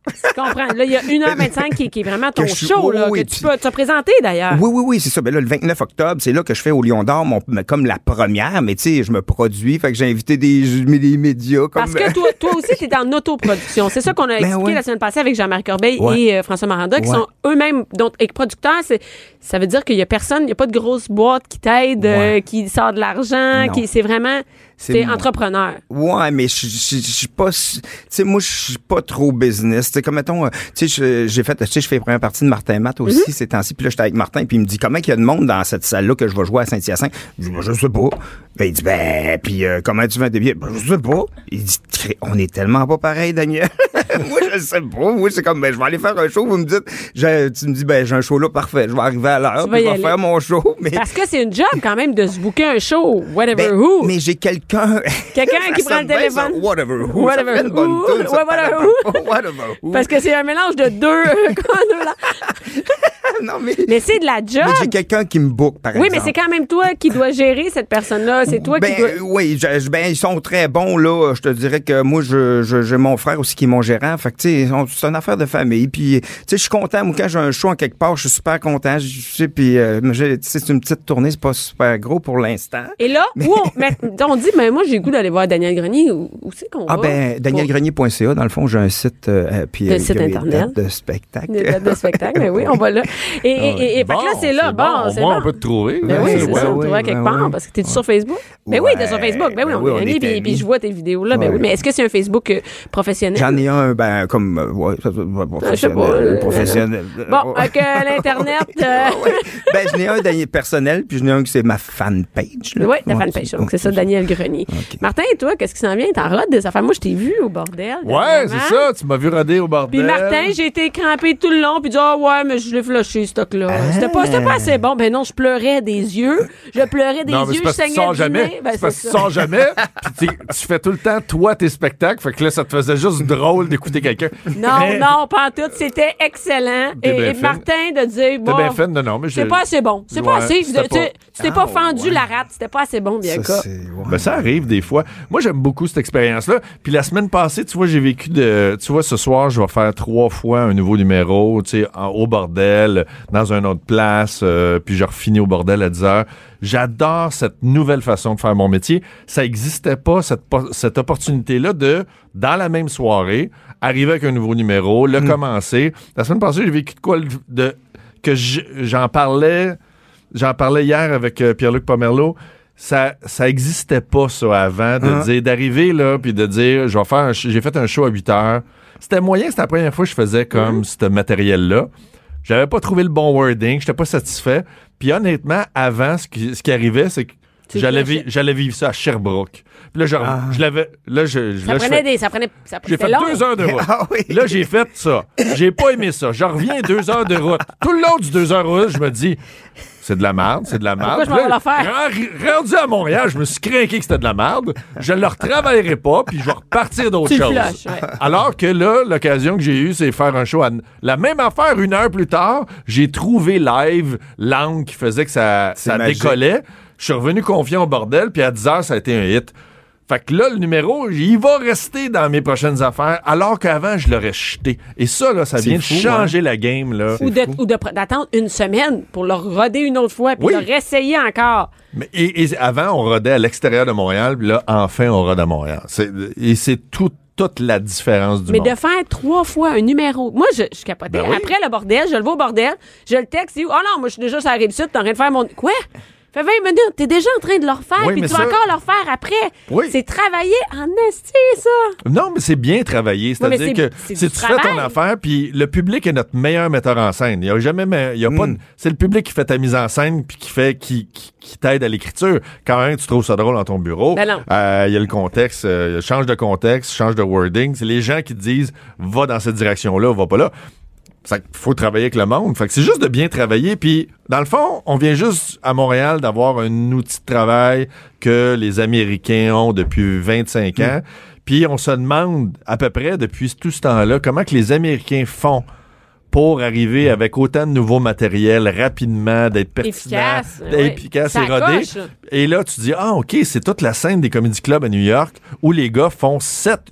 Tu comprends? Là, il y a une heure vingt-cinq qui, qui est vraiment ton Que je suis- show, oui, là, oui, que tu puis- peux te présenter d'ailleurs. Oui, oui, oui, c'est ça. Ben là, le vingt-neuf octobre, c'est là que je fais au Lion d'Or, mon, comme la première, mais tu sais, je me produis, fait que j'ai invité des, des médias. Comme... Parce que toi, toi aussi, t'es en autoproduction. C'est ça qu'on a expliqué ouais. la semaine passée avec Jean-Marie Corbeil Ouais. et euh, François Maranda, qui Ouais. sont eux-mêmes donc et producteurs. C'est, ça veut dire qu'il y a personne, il y a pas de grosse boîte qui t'aide, Ouais. euh, qui sort de l'argent, Non. qui c'est vraiment, C'est t'es moi. entrepreneur. Ouais, mais je je- je suis pas, tu sais, moi, je suis pas trop business. Tu sais, comme mettons, euh, tu sais, je- j'ai fait, tu sais, je fais la première partie de Martin Matt aussi Mm-hmm. ces temps-ci. Puis là, j'étais avec Martin, puis il me dit comment qu'il y a de monde dans cette salle-là que je vais jouer à Saint-Hyacinthe. Je dis, moi, je sais pas. Ben, il dit, ben, puis euh, comment tu vends tes billets? Ben, je sais pas. Il dit, on est tellement pas pareil, Daniel. moi, je sais pas. Moi, c'est comme, ben, je vais aller faire un show. Vous me dites, j'ai- tu me dis, ben, j'ai un show là, parfait. Je vais arriver à l'heure, Tu vas puis y je vais aller. faire mon show. Mais, Parce que c'est une job quand même de se booker un show, whatever ben, who. mais j'ai quelqu'un. Quelqu'un qui Ça prend sonne le bien, ça. téléphone. Whatever who. Whatever Ça fait une bonne who. tune, ça, Ouais, whatever par who. rapport- Whatever who. Parce que c'est un mélange de deux. quoi, deux là. non, mais, Mais c'est de la job. mais j'ai quelqu'un qui me book, par Oui, exemple. mais c'est quand même toi qui dois gérer cette personne-là. C'est toi ben, qui dois. euh, oui, je- je- ben, ils sont très bons, là. Je te dirais que moi, je, je, j'ai mon frère aussi qui est mon gérant. Fait que, tu sais, on- c'est une affaire de famille. Puis, tu sais, je suis content. Moi, quand j'ai un show en quelque part, je suis super content. Je sais, puis, euh, j'ai- tu sais, c'est une petite tournée. C'est pas super gros pour l'instant. Et là, où on, mais, on dit, mais moi, j'ai le goût d'aller voir Daniel Grenier. Où, où c'est qu'on Ah va? ben, daniel grenier point c a, dans le fond, j'ai un site, euh, puis Le euh, site il y a des Internet. dates de spectacle. Des dates de spectacle, mais oui, on va là. Et, et, et, et fait que là, c'est là. Bon, Au c'est moins, bon. on peut te trouver. Ben oui, Ouais, c'est ouais, ça, on ouais, te voit quelque ouais, part, ouais. parce que t'es sur Facebook? Ben oui, t'es sur Ouais, Facebook. Ben oui, ben on oui, est on amis, est puis, amis. puis je vois tes vidéos là. Ben Ouais. oui, mais est-ce que c'est un Facebook euh, professionnel? J'en ai un, ben, comme, euh, ouais, ça, ça, ouais, je sais pas, professionnel. euh, professionnel. Bon, Ouais. avec euh, l'Internet. euh, Ouais. Ben, j'en ai un Daniel personnel, puis j'en ai un qui c'est ma fanpage. là. Oui, ta Ouais, fanpage. Donc, c'est ça, ça. Daniel Grenier. OK. Martin, et toi, qu'est-ce qui s'en vient? T'en rodes des affaires? Moi, je t'ai vu au bordel. Ouais, dernièrement. c'est ça. Tu m'as vu roder au bordel. Puis Martin, j'ai été crampé tout le long, puis dit ah ouais, mais je l'ai flushé, ce stock-là. C'était pas, c'était pas assez bon. Ben non, je pleurais des yeux. Je pleurais des Non, mais yeux, c'est parce je que tu saignais sors du jamais. nez. Ben, c'est parce que c'est tu ça. sors jamais. Puis tu- tu fais tout le temps, toi, tes spectacles. Fait que là, ça te faisait juste drôle d'écouter quelqu'un. Non, Mais non, pas en tout. C'était excellent. T'es Et, bien et fait. Martin de dire T'as bon, bien fait. Non, non, mais je- c'est pas assez bon. C'est Ouais, pas assez. c'était Tu pas- tu t'es pas Ah, fendu ouais. la rate. C'était pas assez bon, bien Ça, cas. c'est- ouais. Ben, ça arrive des fois. Moi, j'aime beaucoup cette expérience-là. Puis la semaine passée, tu vois, j'ai vécu de... Tu vois, ce soir, je vais faire trois fois un nouveau numéro, tu sais, en- au bordel, dans une autre place, euh, puis je refinis au bordel à dix heures. J'adore cette nouvelle façon de faire mon métier. Ça existait pas, cette, po- cette opportunité-là de, dans la même soirée, arriver avec un nouveau numéro, le commencer. La semaine passée, j'ai vécu de quoi le- de que j- j'en parlais... J'en parlais hier avec euh, Pierre-Luc Pomerleau. Ça, ça existait pas, ça, avant, de Hein? dire, d'arriver là, puis de dire, je vais faire un sh- j'ai fait un show à huit heures. C'était moyen, c'était la première fois que je faisais comme ce matériel-là. J'avais pas trouvé le bon wording, j'étais pas satisfait. Puis honnêtement, avant, ce qui, ce qui arrivait, c'est que Tu j'allais, flashais. vi- j'allais vivre ça à Sherbrooke. Puis là, genre, je l'avais, là, je, je- Ça là, je prenait fais- des. Ça prenait. Ça j'ai c'était fait long. deux heures de route. Ah oui. Là, j'ai fait ça. J'ai pas aimé ça. Je reviens deux heures de route. Tout le long du deux heures de route, je me dis, c'est de la merde, c'est de la merde. Pourquoi je m'en vais la faire? Là, rendu à Montréal, je me suis craqué que c'était de la merde. Je le retravaillerai pas, puis je vais repartir d'autres Tu le choses. flushes, ouais. Alors que là, l'occasion que j'ai eue, c'est faire un show. À... La même affaire, une heure plus tard, j'ai trouvé live l'angle qui faisait que ça, C'est ça magique. décollait. Je suis revenu confiant au bordel, puis à dix heures, ça a été un hit. Fait que là, le numéro, il va rester dans mes prochaines affaires, alors qu'avant, je l'aurais jeté. Et ça, là, ça C'est vient de fou, changer la game, là. Ou, de, ou de, d'attendre une semaine pour le roder une autre fois, puis Oui. le réessayer encore. Mais, et, et avant, on rodait à l'extérieur de Montréal, puis là, enfin, on rode à Montréal. C'est, et c'est tout, toute la différence du Mais monde. de faire trois fois un numéro. Moi, je, je capotais. Ben oui. Après le bordel, je le vois au bordel, je le texte, il dit, oh non, moi, je suis déjà sur la Rive-Sud, t'es en train de faire mon. Quoi? Fait vingt minutes, t'es déjà en train de le refaire, Oui, puis mais tu vas ça- encore le refaire après. Oui. C'est travailler en esti, ça. Non, mais c'est bien travaillé. Oui, mais C'est-à-dire que c'est- c'est si du tu fais ton travail. affaire, puis le public est notre meilleur metteur en scène. Il y a jamais, me- il y a pas, de- c'est le public qui fait ta mise en scène puis qui fait, qui, qui, qui t'aide à l'écriture. Quand même, tu trouves ça drôle dans ton bureau. Ben non. euh, il y a le contexte, euh, change de contexte, change de wording. C'est les gens qui te disent, va dans cette direction-là, va pas là. Fait qu'il faut travailler avec le monde. Fait que c'est juste de bien travailler. Puis, dans le fond, on vient juste à Montréal d'avoir un outil de travail que les Américains ont depuis vingt-cinq ans. Puis, on se demande à peu près depuis tout ce temps-là comment que les Américains font pour arriver avec autant de nouveaux matériels rapidement, d'être pertinent, Efficace, d'être ouais. efficace Ça et rodé. coche, là. Et là, tu dis, ah, OK, c'est toute la scène des comedy clubs à New York où les gars font sept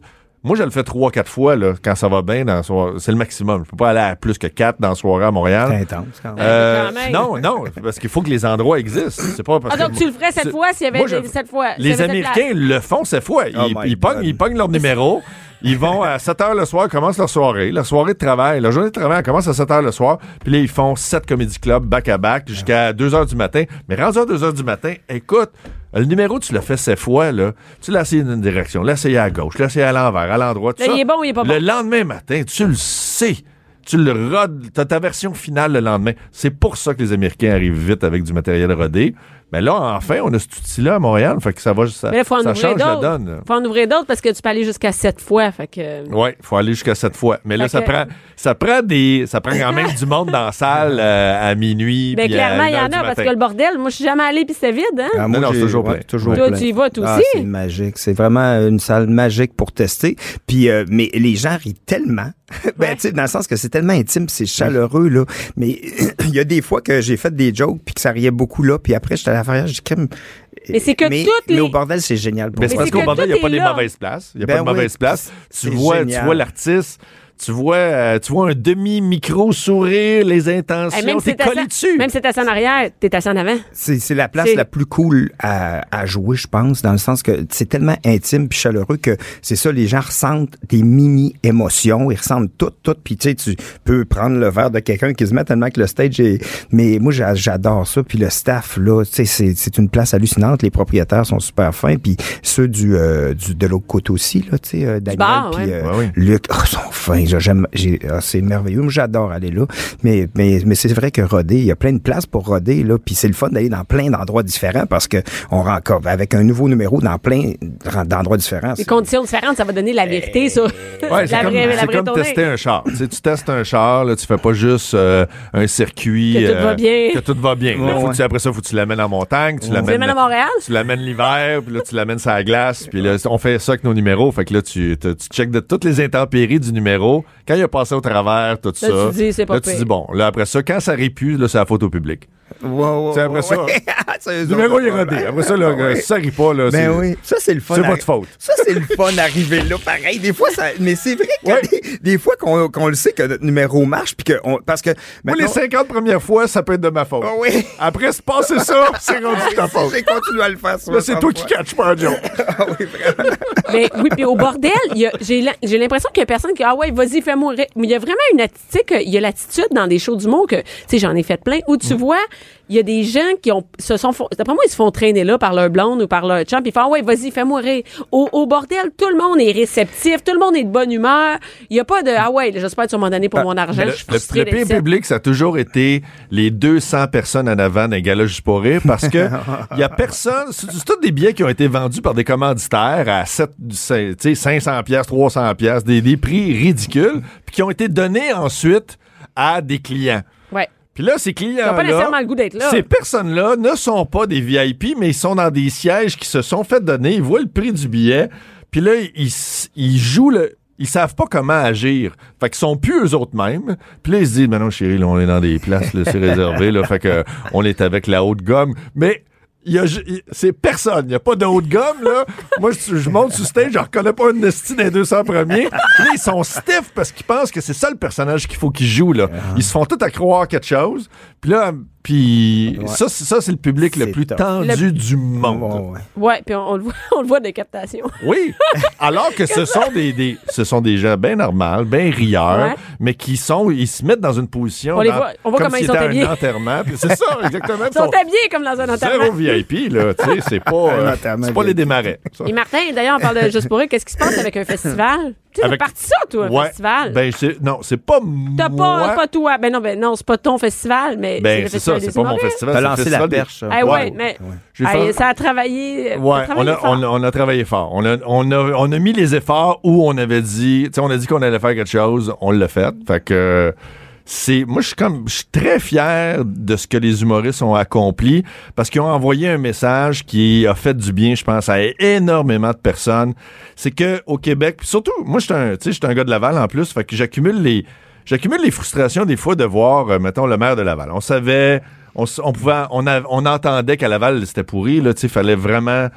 Moi, je le fais trois, quatre fois, là, quand ça va bien. Dans la soirée. C'est le maximum. Je peux pas aller à plus que quatre dans la soirée à Montréal. C'est intense, quand même. Euh, Quand même. non, non, parce qu'il faut que les endroits existent. C'est pas parce Ah, donc que- tu le ferais cette c'est- fois s'il y avait Moi, je- cette fois. s'il y Les avait cette Américains le font cette fois. Ils, Oh my ils, pognent, God. ils pognent leur numéro. Ils vont à sept heures le soir, commencent leur soirée. La soirée de travail, la journée de travail, elle commence à sept heures le soir. Puis là, ils font sept comédie clubs back-à-back jusqu'à deux heures du matin. Mais rendu à deux heures du matin, écoute, le numéro, tu l'as fait sept fois, là. Tu l'as essayé d'une direction, l'as essayé à gauche, l'as essayé à l'envers, à l'endroit, tout Là, ça. il est bon ou il est pas Le bon? lendemain matin, tu le sais. Tu le rodes, t'as ta version finale le lendemain. C'est pour ça que les Américains arrivent vite avec du matériel rodé. Mais là, enfin, on a cet outil-là à Montréal. Fait que ça va, ça, Mais là, il faut en ça ouvrir change la d'autres. donne. faut en ouvrir d'autres parce que tu peux aller jusqu'à sept fois. Fait que... Oui, il faut aller jusqu'à sept fois. Mais là, Fait ça que- prend ça prend des ça prend quand même du monde dans la salle euh, à minuit. Ben, puis à clairement, il y une heure en du a parce matin. que le bordel, moi, je suis jamais allée puis c'était vide, hein? Ah, Non, non, j'ai- c'est toujours ouais, plein. toujours Toi, plein. tu y vas, toi Ah, aussi? c'est magique. C'est vraiment une salle magique pour tester. Puis, euh, mais les gens rient tellement. ben, Ouais. tu sais, dans le sens que c'est tellement intime, c'est chaleureux, là. Mais il y a des fois que j'ai fait des jokes puis que ça riait beaucoup, là. Puis après, j'étais à la fin, j'ai dit, crème. Mais c'est que mais, toutes mais les- au bordel, c'est génial pour Mais c'est Mais parce c'est qu'au que bordel, il n'y a tout pas est des là. mauvaises places. Il n'y a Ben pas de oui, mauvaises places. Tu c'est vois, tu génial. vois l'artiste, tu vois, euh, tu vois un demi-micro sourire, les intentions, Hey, même si t'es t'es collé assis- dessus. Même si t'es assis en arrière, t'es assis en avant. C'est, c'est la place C'est- la plus cool à, à jouer, je pense, dans le sens que c'est tellement intime puis chaleureux que c'est ça, les gens ressentent des mini-émotions, ils ressentent tout, tout, puis tu sais, tu peux prendre le verre de quelqu'un qui se met tellement que le stage est... Mais moi, j'a- j'adore ça, puis le staff, là, tu sais, c'est, c'est une place hallucinante, les propriétaires sont super fins, puis ceux du, euh, du de l'autre côté aussi, là, tu sais, euh, Daniel bar, puis ouais. euh, Ouais, oui. Luc, oh, sont fins, j'ai- j'aime, j'ai, ah, c'est merveilleux, moi, j'adore aller là, mais, mais, mais c'est vrai que roder, il y a plein de places pour roder, là, puis c'est le fun d'aller dans plein d'endroits différents parce que on rencontre avec un nouveau numéro dans plein d'endroits différents. Les c'est- conditions différentes, ça va donner la vérité sur Ouais, c'est la comme, vraie, la c'est vraie comme tournée. tester un char. Tu sais, tu testes un char, là, tu fais pas juste euh, un circuit. Que tout va bien. Que tout va bien. Là, Ouais, faut que ouais. tu- après ça, faut que tu l'amènes en montagne. Tu Tu l'amènes l'amènes à Montréal? Tu l'amènes l'hiver, puis là, tu l'amènes sur la glace. Puis là, on fait ça avec nos numéros. Fait que là, tu, tu, tu checkes de toutes les intempéries du numéro. Quand il a passé au travers, tout ça. tu dis, c'est pas Là, tu pire. dis, bon, là, après ça, quand ça répue, là, c'est la photo publique. Ouais, ouais, C'est après ouais, ça. ouais. C'est eux Le numéro, autres, il est rodé. Après ça, là, Ouais. si ça rit pas, là, c'est, Ben oui, ça c'est le fun. c'est à- votre faute. Ça c'est le fun d'arriver là, pareil. Des fois, ça, mais c'est vrai que Ouais. des, des fois qu'on, qu'on le sait que notre numéro marche, puis que on, parce que Moi, les maintenant- cinquante premières fois, ça peut être de ma faute. Ah oui. Après, se passer ça, c'est rendu de ta faute. J'ai continué à le faire. Là, c'est soixante toi qui fois. catches pas un joke. Ah oui, vraiment. Mais oui, puis au bordel, il y a- j'ai la- j'ai l'impression qu'il y a personne qui dit, ah ouais, vas-y, fais mourir. Mais il y a vraiment une attitude, tu sais, qu'il y a l'attitude dans des shows d'humour que, tu sais, j'en ai fait plein, où tu vois, il y a des gens qui ont, se sont, d'après moi, ils se font traîner là par leur blonde ou par leur chum, puis ils font, ah ouais, vas-y, fais mourir. Au, au bordel, tout le monde est réceptif, tout le monde est de bonne humeur. Il y a pas de, ah ouais, j'espère que tu vas m'en donner pour mon argent, Mais je suis le, le, frustrée le d'être pire ici. public, ça a toujours été les deux cents personnes en avant d'un gala juste pour rire parce que il y a personne, c'est, c'est tous des billets qui ont été vendus par des commanditaires à sept, tu sais, cinq cents pièces, trois cents pièces, des, des prix ridicules, puis qui ont été donnés ensuite à des clients. Ouais. Puis là, ces clients-là, Ils n'ont pas nécessairement le goût d'être là. ces personnes-là ne sont pas des V I P, mais ils sont dans des sièges qui se sont fait donner. Ils voient le prix du billet. Puis là, ils, ils jouent le... Ils savent pas comment agir. Fait qu'ils sont plus eux autres mêmes. Puis là, ils se disent, ben non, chérie, là, on est dans des places, là, c'est réservé, là. Fait que on est avec la haute gomme. Mais... Il y a, il- c'est personne. Il n'y a pas de haut de gomme, là. Moi, je, je monte sur stage, je reconnais pas une esti des deux cents premiers. Puis là, ils sont stiff parce qu'ils pensent que c'est ça le personnage qu'il faut qu'ils jouent, là. Ils se font tout à croire quelque chose. Puis là, puis Ouais. ça, c'est, ça, c'est le public le C'est plus tough. tendu Le- du monde. Ouais, ouais. Ouais, puis on, on le voit, on le voit des captations. Oui. Alors que ce sont des, des, ce sont des gens bien normaux, bien rieurs, Ouais. mais qui sont, ils se mettent dans une position. On les dans- voit- on voit comme comment si ils sont c'était habillés. un enterrement. Puis c'est ça, exactement. Ils sont habillés comme dans un enterrement. Zéro V I P, là, tu sais, c'est pas, euh, Un enterrement c'est pas les V I P. démarrais. ça. Et Martin, d'ailleurs, on parle de Juste pour rire. Qu'est-ce qui se passe avec un festival? Tu sais, Avec- t'as parti ça, toi, un Ouais. festival. Ben, c'est, non, c'est pas T'as moi. pas, pas toi. Ben non, ben non, c'est pas ton festival, mais c'est Ben, le c'est ça, festival c'est des pas mon humoristes. festival. T'as c'est le lancé festival la des- perche. ça. Eh ouais, Ouais. mais J'ai hey, fait- ça a travaillé. Ouais, t'as travaillé on a, fort. on, a, on a travaillé fort. On a, on, a, on a mis les efforts où on avait dit, tu sais, on a dit qu'on allait faire quelque chose, on l'a fait. Fait que c'est, moi, je suis comme, je suis très fier de ce que les humoristes ont accompli parce qu'ils ont envoyé un message qui a fait du bien, je pense, à énormément de personnes. C'est que au Québec, puis surtout, moi, je suis un, tu sais, je suis un gars de Laval en plus, fait que j'accumule les, j'accumule les frustrations des fois de voir, euh, mettons, le maire de Laval. On savait, on, s- on pouvait, on, a- on entendait qu'à Laval c'était pourri, là, tu sais, fallait vraiment.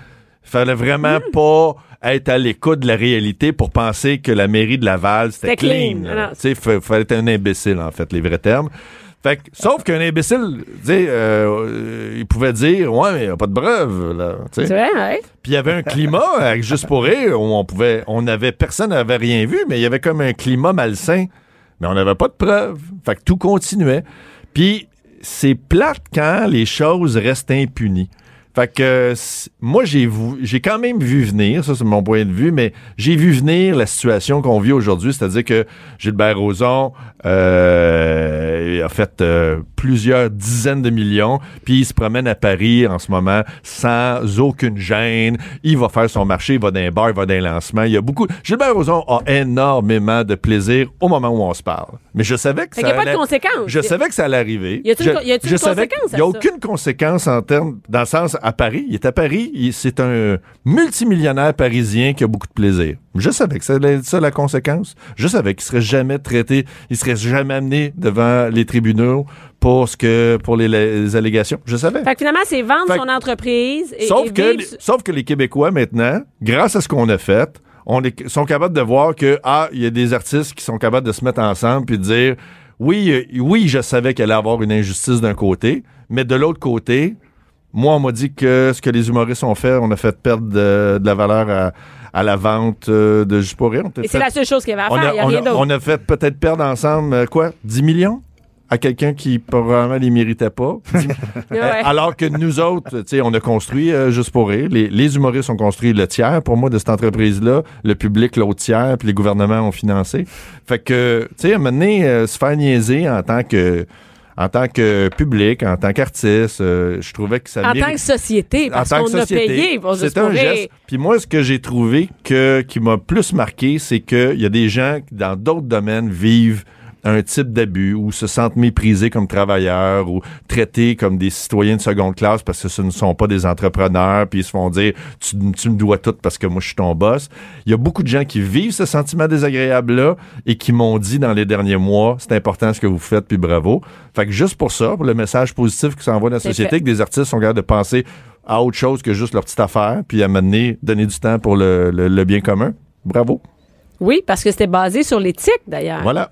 Il fallait vraiment mmh. pas être à l'écoute de la réalité pour penser que la mairie de Laval, c'était, c'était clean. clean. Tu sais, il fallait être un imbécile, en fait, les vrais termes. Fait que, sauf qu'un imbécile, tu sais, euh, il pouvait dire, ouais, mais il n'y a pas de preuves, là. T'sais. C'est vrai, ouais. Puis il y avait un climat, avec Juste pour rire, où on pouvait, on avait, personne n'avait rien vu, mais il y avait comme un climat malsain. Mais on n'avait pas de preuves. Fait que tout continuait. Puis c'est plate quand les choses restent impunies. Fait que moi, j'ai, j'ai quand même vu venir, ça c'est mon point de vue, mais j'ai vu venir la situation qu'on vit aujourd'hui, c'est-à-dire que Gilbert Rozon euh, a fait euh, plusieurs dizaines de millions, puis il se promène à Paris en ce moment sans aucune gêne. Il va faire son marché, il va dans un bar, il va dans un lancement. Il y a beaucoup... Gilbert Rozon a énormément de plaisir au moment où on se parle. Mais je savais que fait ça qu'il y a allait... pas de conséquences. Je savais que ça allait arriver. Y a-t-il je, une, y a-t-il je une savais conséquence Il n'y a aucune conséquence en termes... Dans le sens... À Paris, il est à Paris, il, c'est un multimillionnaire parisien qui a beaucoup de plaisir. Je savais que c'était ça la conséquence. Je savais qu'il serait jamais traité, il serait jamais amené devant les tribunaux pour ce que pour les, les allégations. Je savais. Fait que finalement, c'est vendre fait son entreprise et, sauf et que vivre... les, sauf que les Québécois maintenant, grâce à ce qu'on a fait, on est, sont capables de voir que ah, il y a des artistes qui sont capables de se mettre ensemble puis de dire oui, euh, oui, je savais qu'il allait y avoir une injustice d'un côté, mais de l'autre côté, moi, on m'a dit que ce que les humoristes ont fait, on a fait perdre de, de la valeur à, à la vente euh, de Juste pour rire. Et fait, c'est la seule chose qu'il y avait à on faire, a, il n'y a on rien a, d'autre. On a fait peut-être perdre ensemble, euh, quoi, dix millions à quelqu'un qui probablement les méritait pas. Ouais. Alors que nous autres, tu sais, on a construit euh, Juste pour rire. Les, les humoristes ont construit le tiers, pour moi, de cette entreprise-là. Le public, l'autre tiers, puis les gouvernements ont financé. Fait que, tu sais, à un moment donné, euh, se faire niaiser en tant que... En tant que public, en tant qu'artiste, euh, je trouvais que ça... En mérite... tant que société, parce qu'on a payé pour Juste c'est pour un rire. geste. Puis moi, ce que j'ai trouvé que qui m'a plus marqué, c'est qu'il y a des gens qui, dans d'autres domaines, vivent un type d'abus ou se sentent méprisés comme travailleurs ou traités comme des citoyens de seconde classe parce que ce ne sont pas des entrepreneurs, puis ils se font dire tu, tu me dois tout parce que moi je suis ton boss. Il y a beaucoup de gens qui vivent ce sentiment désagréable-là et qui m'ont dit dans les derniers mois c'est important ce que vous faites, puis bravo. Fait que juste pour ça, pour le message positif que ça envoie dans la société, que des artistes sont capables de penser à autre chose que juste leur petite affaire, puis à m'amener, donner du temps pour le, le, le bien commun. Bravo. Oui, parce que c'était basé sur l'éthique, d'ailleurs. Voilà.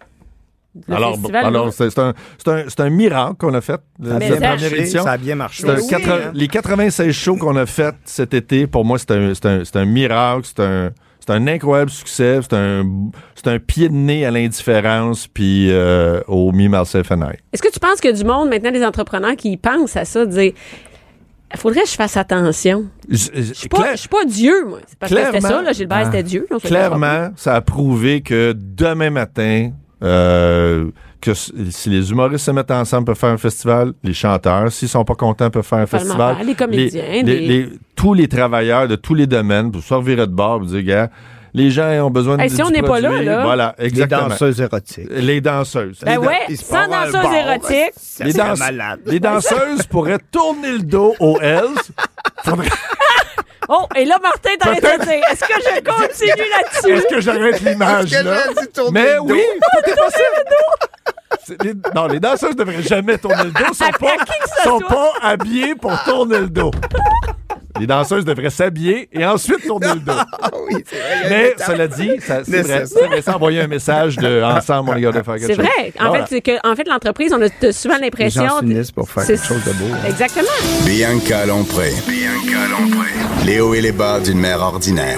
Le alors, festival, alors c'est, c'est, un, c'est, un, c'est un miracle qu'on a fait. Ça a bien marché, ça a bien marché. Un oui, quatre, hein. Les quatre-vingt-seize shows qu'on a fait cet été, pour moi, c'est un, c'est un, c'est un miracle. C'est un, c'est un incroyable succès. C'est un, c'est un pied de nez à l'indifférence puis euh, au Me, Myself and I. Est-ce que tu penses qu'il y a du monde, maintenant, des entrepreneurs qui pensent à ça, de dire il faudrait que je fasse attention. Je ne suis pas, pas Dieu, moi. C'est parce que c'était ça, là, Gilbert, ah, c'était Dieu. Donc clairement, ça a prouvé que demain matin, euh, que si les humoristes se mettent ensemble, peuvent faire un festival. Les chanteurs, s'ils sont pas contents, peuvent faire un festival. Les comédiens. Les, les... Les, les, tous les travailleurs de tous les domaines, pour se revirer de bord, pour dire, gars, les gens ont besoin hey, de si on n'est pas là, là. Voilà, exactement. Les danseuses érotiques. Les danseuses. Ben les ouais, dan- sans danseuses érotiques. Ça, les, dans- les danseuses pourraient tourner le dos aux Hells. Faudrait... Oh, et là, Martin, t'arrêtes de dire, est-ce que je continue là-dessus? Est-ce que j'arrête l'image, là? Mais oui, tout est possible. Les, non, les danseuses ne devraient jamais tourner le dos. Ils sont pas, sont pas habillés pour tourner le dos. Les danseuses devraient s'habiller et ensuite tourner le dos. Ah oui, c'est vrai. Mais cela dit, ça, c'est vrai. C'est vrai, ça envoyer un message de ensemble, on est capable de faire quelque c'est chose. vrai. En voilà. fait, c'est que, en fait, l'entreprise, on a souvent l'impression. Les gens s'unissent pour faire c'est, quelque chose de beau. Hein. Exactement. Bianca Lompré. Bianca Lompré. Les hauts et les bas d'une mère ordinaire.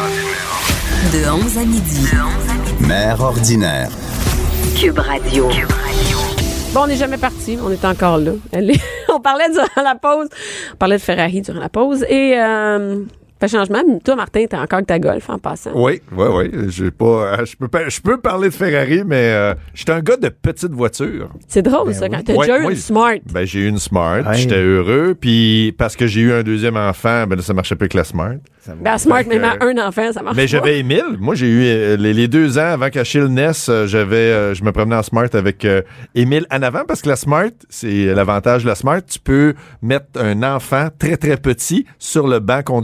De onze à midi. Mère ordinaire. Cube Radio. Cube Radio. Bon, on n'est jamais parti, on est encore là. On parlait durant la pause, on parlait de Ferrari durant la pause et euh, pas changement. Toi, Martin, t'es encore avec ta Golf en passant. Oui, oui, oui. J'ai pas, je peux, je peux parler de Ferrari, mais euh, j'étais un gars de petite voiture. C'est drôle, ben ça, oui. quand t'as ouais, déjà eu ouais. une Smart. Ben, j'ai eu une Smart, ouais. J'étais heureux, puis parce que j'ai eu un deuxième enfant, ben là, ça marchait plus que la Smart. Ben, la Smart, que, même à un enfant, ça marche Mais pas. j'avais Émile. Moi, j'ai eu euh, les, les deux ans avant qu'Achille naisse, euh, j'avais, euh, je me promenais en Smart avec euh, Émile en avant parce que la Smart, c'est l'avantage de la Smart, tu peux mettre un enfant très, très petit sur le banc conducteur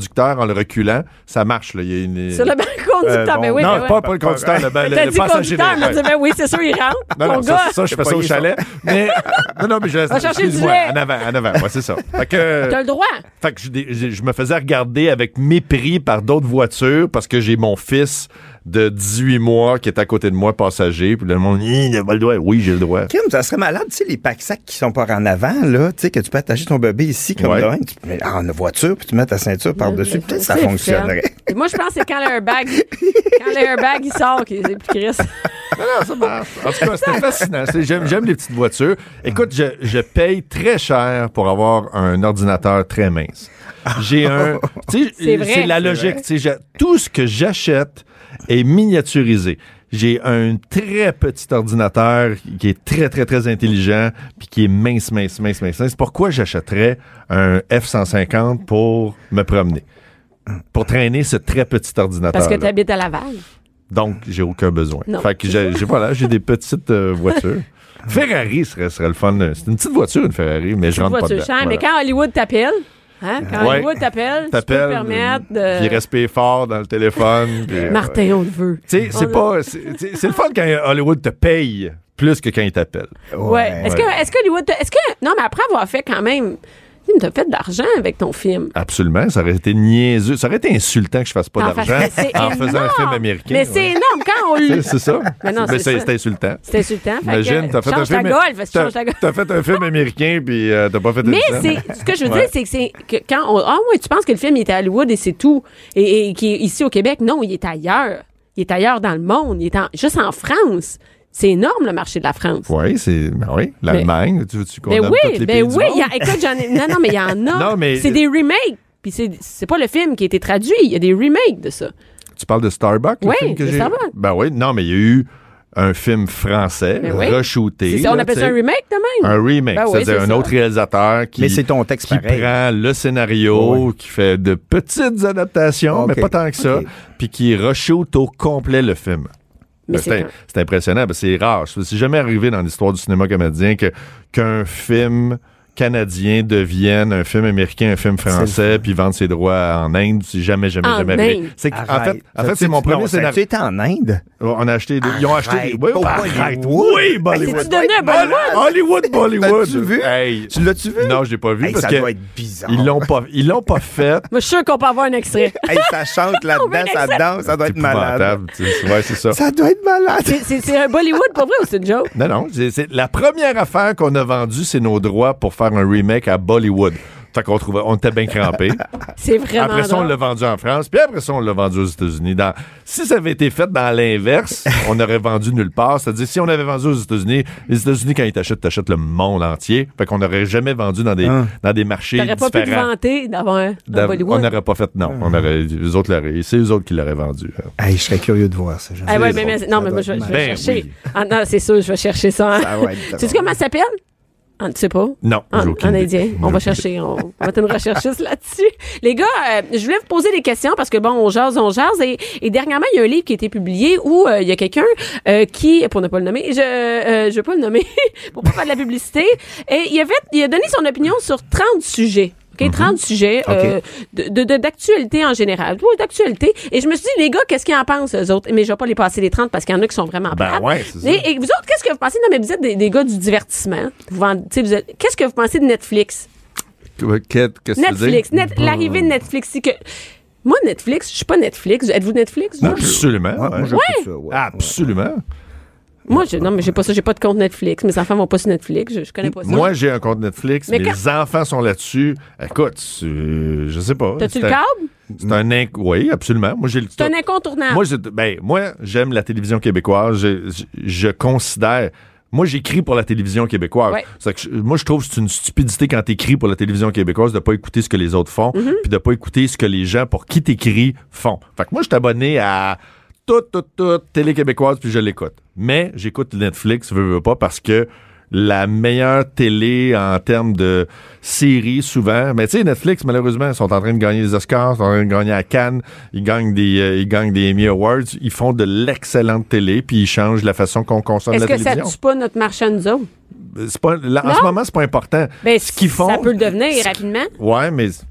en le reculant, ça marche. Là. Il y a une... Sur le banc conducteur, Euh, bon, ben oui. non, ben pas, oui. pas le conducteur, le, le, T'as le dit passager. conducteur, derrière. on dit, ben oui, c'est sûr, il rentre. Non, Ton non, ça, gars. ça, je fais pas ça au eu chalet. Mais, non, non, mais je Va chercher du excuse-moi, lait. en avant, en avant, ouais, c'est ça. Fait que, T'as le droit. fait que je, je- je me faisais regarder avec mépris par d'autres voitures parce que j'ai mon fils de dix-huit mois qui est à côté de moi, passager, puis le monde, il n'a pas le droit. Oui, j'ai le droit. Kim, ça serait malade, tu sais, les pack-sacs qui sont pas en avant, là, tu sais, que tu peux attacher ton bébé ici comme Ouais. de même, tu peux mettre en voiture, puis tu mets ta ceinture par-dessus, peut-être que ça C'est fonctionnerait. fait. Et moi, je pense que c'est quand l'airbag, quand l'airbag, il sort, qu'il est plus Chris. Non, non, ça marche. En tout cas, c'était fascinant. C'est- J'aime, j'aime les petites voitures. Écoute, je, je paye très cher pour avoir un ordinateur très mince. J'ai un... Tu sais, C'est vrai. c'est la C'est logique. Tu sais, j'ai- tout ce que j'achète est miniaturisé. J'ai un très petit ordinateur qui est très, très, très intelligent puis qui est mince, mince, mince, mince. C'est pourquoi j'achèterais un F cent cinquante pour me promener. Pour traîner ce très petit ordinateur. Parce que tu habites à Laval. Donc, j'ai aucun besoin. Non. Fait que j'ai, j'ai- voilà, j'ai des petites euh, voitures. Ferrari serait, serait le fun. C'est une petite voiture, une Ferrari, mais je rentre pas Voiture dedans. chère, Voilà. mais quand Hollywood t'appelle, hein, quand Ouais. Hollywood t'appelle, tu peux T'appelles, te permettre de... puis respire fort dans le téléphone. puis, euh, Martin, on le veut. Tu sais, c'est On- pas... C'est, c'est- c'est le fun quand Hollywood te paye plus que quand il t'appelle. Ouais. Est-ce que, est-ce que Hollywood... t'a- Est-ce que... Non, mais après avoir fait quand même... Tu as fait de l'argent avec ton film. Absolument. Ça aurait été niaiseux. Ça aurait été insultant que je fasse pas En d'argent fait, c'est en faisant un énorme. film américain. Mais ouais. c'est énorme quand on C'est, le... c'est ça. Mais non, Mais c'est c'est, ça. c'est insultant. C'est insultant. Fait Imagine, que, t'as fait un change ta film... golf, tu t'as, changes ta golf. t'as fait un film américain, puis euh, t'as pas fait Mais une c'est scène. ce que je veux Ouais. dire, c'est que c'est que quand on ah ouais, tu penses que le film il était à Hollywood et c'est tout et, et qui est ici au Québec, non, il est ailleurs. Il est ailleurs dans le monde, il est en, juste en France. C'est énorme le marché de la France. Oui, c'est. Ben oui, l'Allemagne. Tu veux-tu qu'on Ben nomme oui, tous les ben pays du oui, monde? il y a- écoute, j'en ai non non mais il y en a. Non, mais- c'est des remakes. Puis c'est c'est pas le film qui a été traduit, il y a des remakes de ça. Tu parles de Starbucks, le Oui, film que de j'ai... Starbucks. Ben oui, non, mais il y a eu un film français, Ben oui. re-shooté. C'est ça, on là, appelle tu ça un sais. remake de même. Un remake, Ben oui, c'est-à-dire c'est un ça. autre réalisateur qui, Mais c'est ton texte qui pareil. prend le scénario, qui fait de petites adaptations, Ok. mais pas tant que ça, Ok. puis qui re-shoot au complet le film. Mais Ben, c'est c'est, un- c'est impressionnant, parce que c'est rare. C'est jamais arrivé dans l'histoire du cinéma canadien que, qu'un film canadien devienne un film américain, un film français, puis vende ses droits en Inde. C'est jamais, jamais, En jamais arrivé. Inde? C'est que- en Arrête. fait, en fait Ça, c'est tu- mon premier non, ça, scénario. Tu étais en Inde? On a acheté des, ils ont acheté des. Arrête, Oui, oh, arrête. Bollywood. Oui, Bollywood. C'est-tu devenu un Bollywood? Hollywood, Bollywood. T'as-tu vu? Hey. Tu l'as-tu vu? Non, je l'ai pas vu Hey, parce ça que doit être bizarre. ils l'ont pas, ils l'ont pas fait. Moi, je suis sûr qu'on peut avoir un extrait. Hey, ça chante On là-dedans, veut ça l'extrait. danse, ça doit être malade. Épouvantable, tu sais. Ouais, c'est ça. Ça doit être malade. C'est- C'est c'est un Bollywood pour vrai ou c'est une joke? Non, non, c'est, c'est la première affaire qu'on a vendue, c'est nos droits pour faire un remake à Bollywood. Fait qu'on trouvait, on était bien crampés. C'est vraiment Après ça, on drôle. l'a vendu en France, puis après ça, on l'a vendu aux États-Unis. Dans, si ça avait été fait dans l'inverse, on aurait vendu nulle part. C'est-à-dire, si on avait vendu aux États-Unis, les États-Unis, quand ils t'achètent, t'achètent le monde entier. Fait qu'on n'aurait jamais vendu dans des, Hein. dans des marchés T'aurais pas pu te différents. vanter d'avoir un, un D'av- Bollywood. on n'aurait pas fait, non. On aurait, eux autres l'auraient, c'est eux autres qui l'auraient vendu. Hey, je serais curieux de voir ça. Ah ouais, C'est mais, mais- non, mais moi, je, vais- je vais Ben chercher. oui. Ah, non, c'est sûr, je vais chercher ça. hein. Ça va être Tu sais drôle. comment ça s'appelle? Ah, tu sais pas? Non, En, j'ai aucune en idée. indien. On va chercher. On, on va être une recherchiste là-dessus. Les gars, euh, je voulais vous poser des questions parce que, bon, on jase, on jase. Et, et dernièrement, il y a un livre qui a été publié où euh, il y a quelqu'un euh, qui, pour ne pas le nommer, je euh, je vais pas le nommer pour pas faire de la publicité, et il a, fait, il a donné son opinion sur trente sujets. OK, trente sujets euh, de, de, de- d'actualité en général. Oui, d'actualité. Et je me suis dit, les gars, qu'est-ce qu'ils en pensent, eux autres? Mais je vais pas les passer les trente parce qu'il y en a qui sont vraiment Ben plates. ouais, c'est ça. Et, et vous autres, qu'est-ce que vous pensez? Non, mais vous êtes des, des gars du divertissement. Vous vendez- tu sais, vous êtes- qu'est-ce que vous pensez de Netflix? Qu'est- Qu'est-ce que tu veux Netflix. dire? Net- L'arrivée de Netflix. C'est que... Moi, Netflix, je suis pas Netflix. Êtes-vous Netflix? vous? Absolument. Ouais, moi, ouais. j'écoute ça, ouais. Absolument. Moi, je, non, mais j'ai pas ça. J'ai pas de compte Netflix. Mes enfants vont pas sur Netflix. Je, je connais pas ça. Moi, j'ai un compte Netflix. Mais Mes quand- enfants sont là-dessus. Écoute, c'est- je sais pas. T'as-tu C'est le un- câble? C'est un inc... Oui, absolument. Moi, j'ai le C'est un incontournable. Moi, je, ben, moi, j'aime la télévision québécoise. Je, je, je considère. Moi, j'écris pour la télévision québécoise. Ouais. C'est que je- moi, je trouve que c'est une stupidité quand t'écris pour la télévision québécoise de pas écouter ce que les autres font, Mm-hmm. puis de pas écouter ce que les gens pour qui t'écris font. Fait que moi, je suis abonné à toute, toute, toute télé québécoise, puis je l'écoute. Mais j'écoute Netflix, veux, veux pas, parce que la meilleure télé en termes de séries, souvent. Mais tu sais, Netflix, malheureusement, ils sont en train de gagner les Oscars, ils sont en train de gagner à Cannes, ils gagnent des, euh, ils gagnent des Emmy Awards, ils font de l'excellente télé, puis ils changent la façon qu'on consomme Est-ce la que ça télévision. tue pas notre marché à nous autres? C'est pas, là, en Non? ce moment, c'est pas important. Ben, ce qu'ils font. ça peut le devenir rapidement. Ouais, mais c'est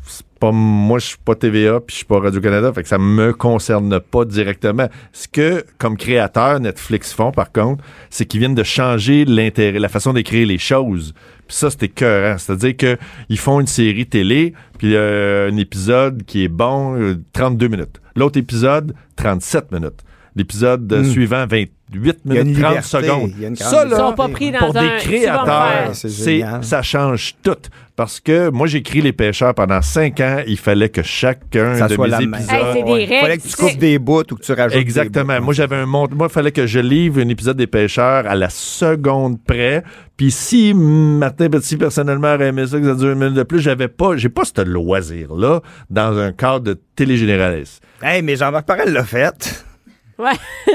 pas, moi, je suis pas T V A puis je suis pas Radio-Canada, fait que ça me concerne pas directement. Ce que, comme créateur, Netflix font, par contre, c'est qu'ils viennent de changer l'intérêt, la façon d'écrire les choses. Puis ça, c'est écœurant. C'est-à-dire que ils font une série télé, puis euh, un épisode qui est bon, euh, trente-deux minutes. L'autre épisode, trente-sept minutes. L'épisode mm. suivant, vingt-huit minutes, trente liberté, secondes. Ça, là, ils sont pas pris dans pour un, des créateurs, c'est c'est, ça change tout. Parce que moi, j'ai écrit Les Pêcheurs pendant cinq ans. Il fallait que chacun ça de soit mes la épisodes... Hey, c'est des ouais. règles. Il fallait que tu coupes des bouts ou que tu rajoutes Exactement. des bouts. Moi, j'avais un monte. Moi, il fallait que je livre un épisode des Pêcheurs à la seconde près. Puis si Martin Petit, personnellement, aurait aimé ça, que ça dure une minute de plus, j'avais pas, j'ai pas ce loisir-là dans un cadre de télégénéraliste. Hey, mais Jean-Marc Parel l'a fait. Ouais.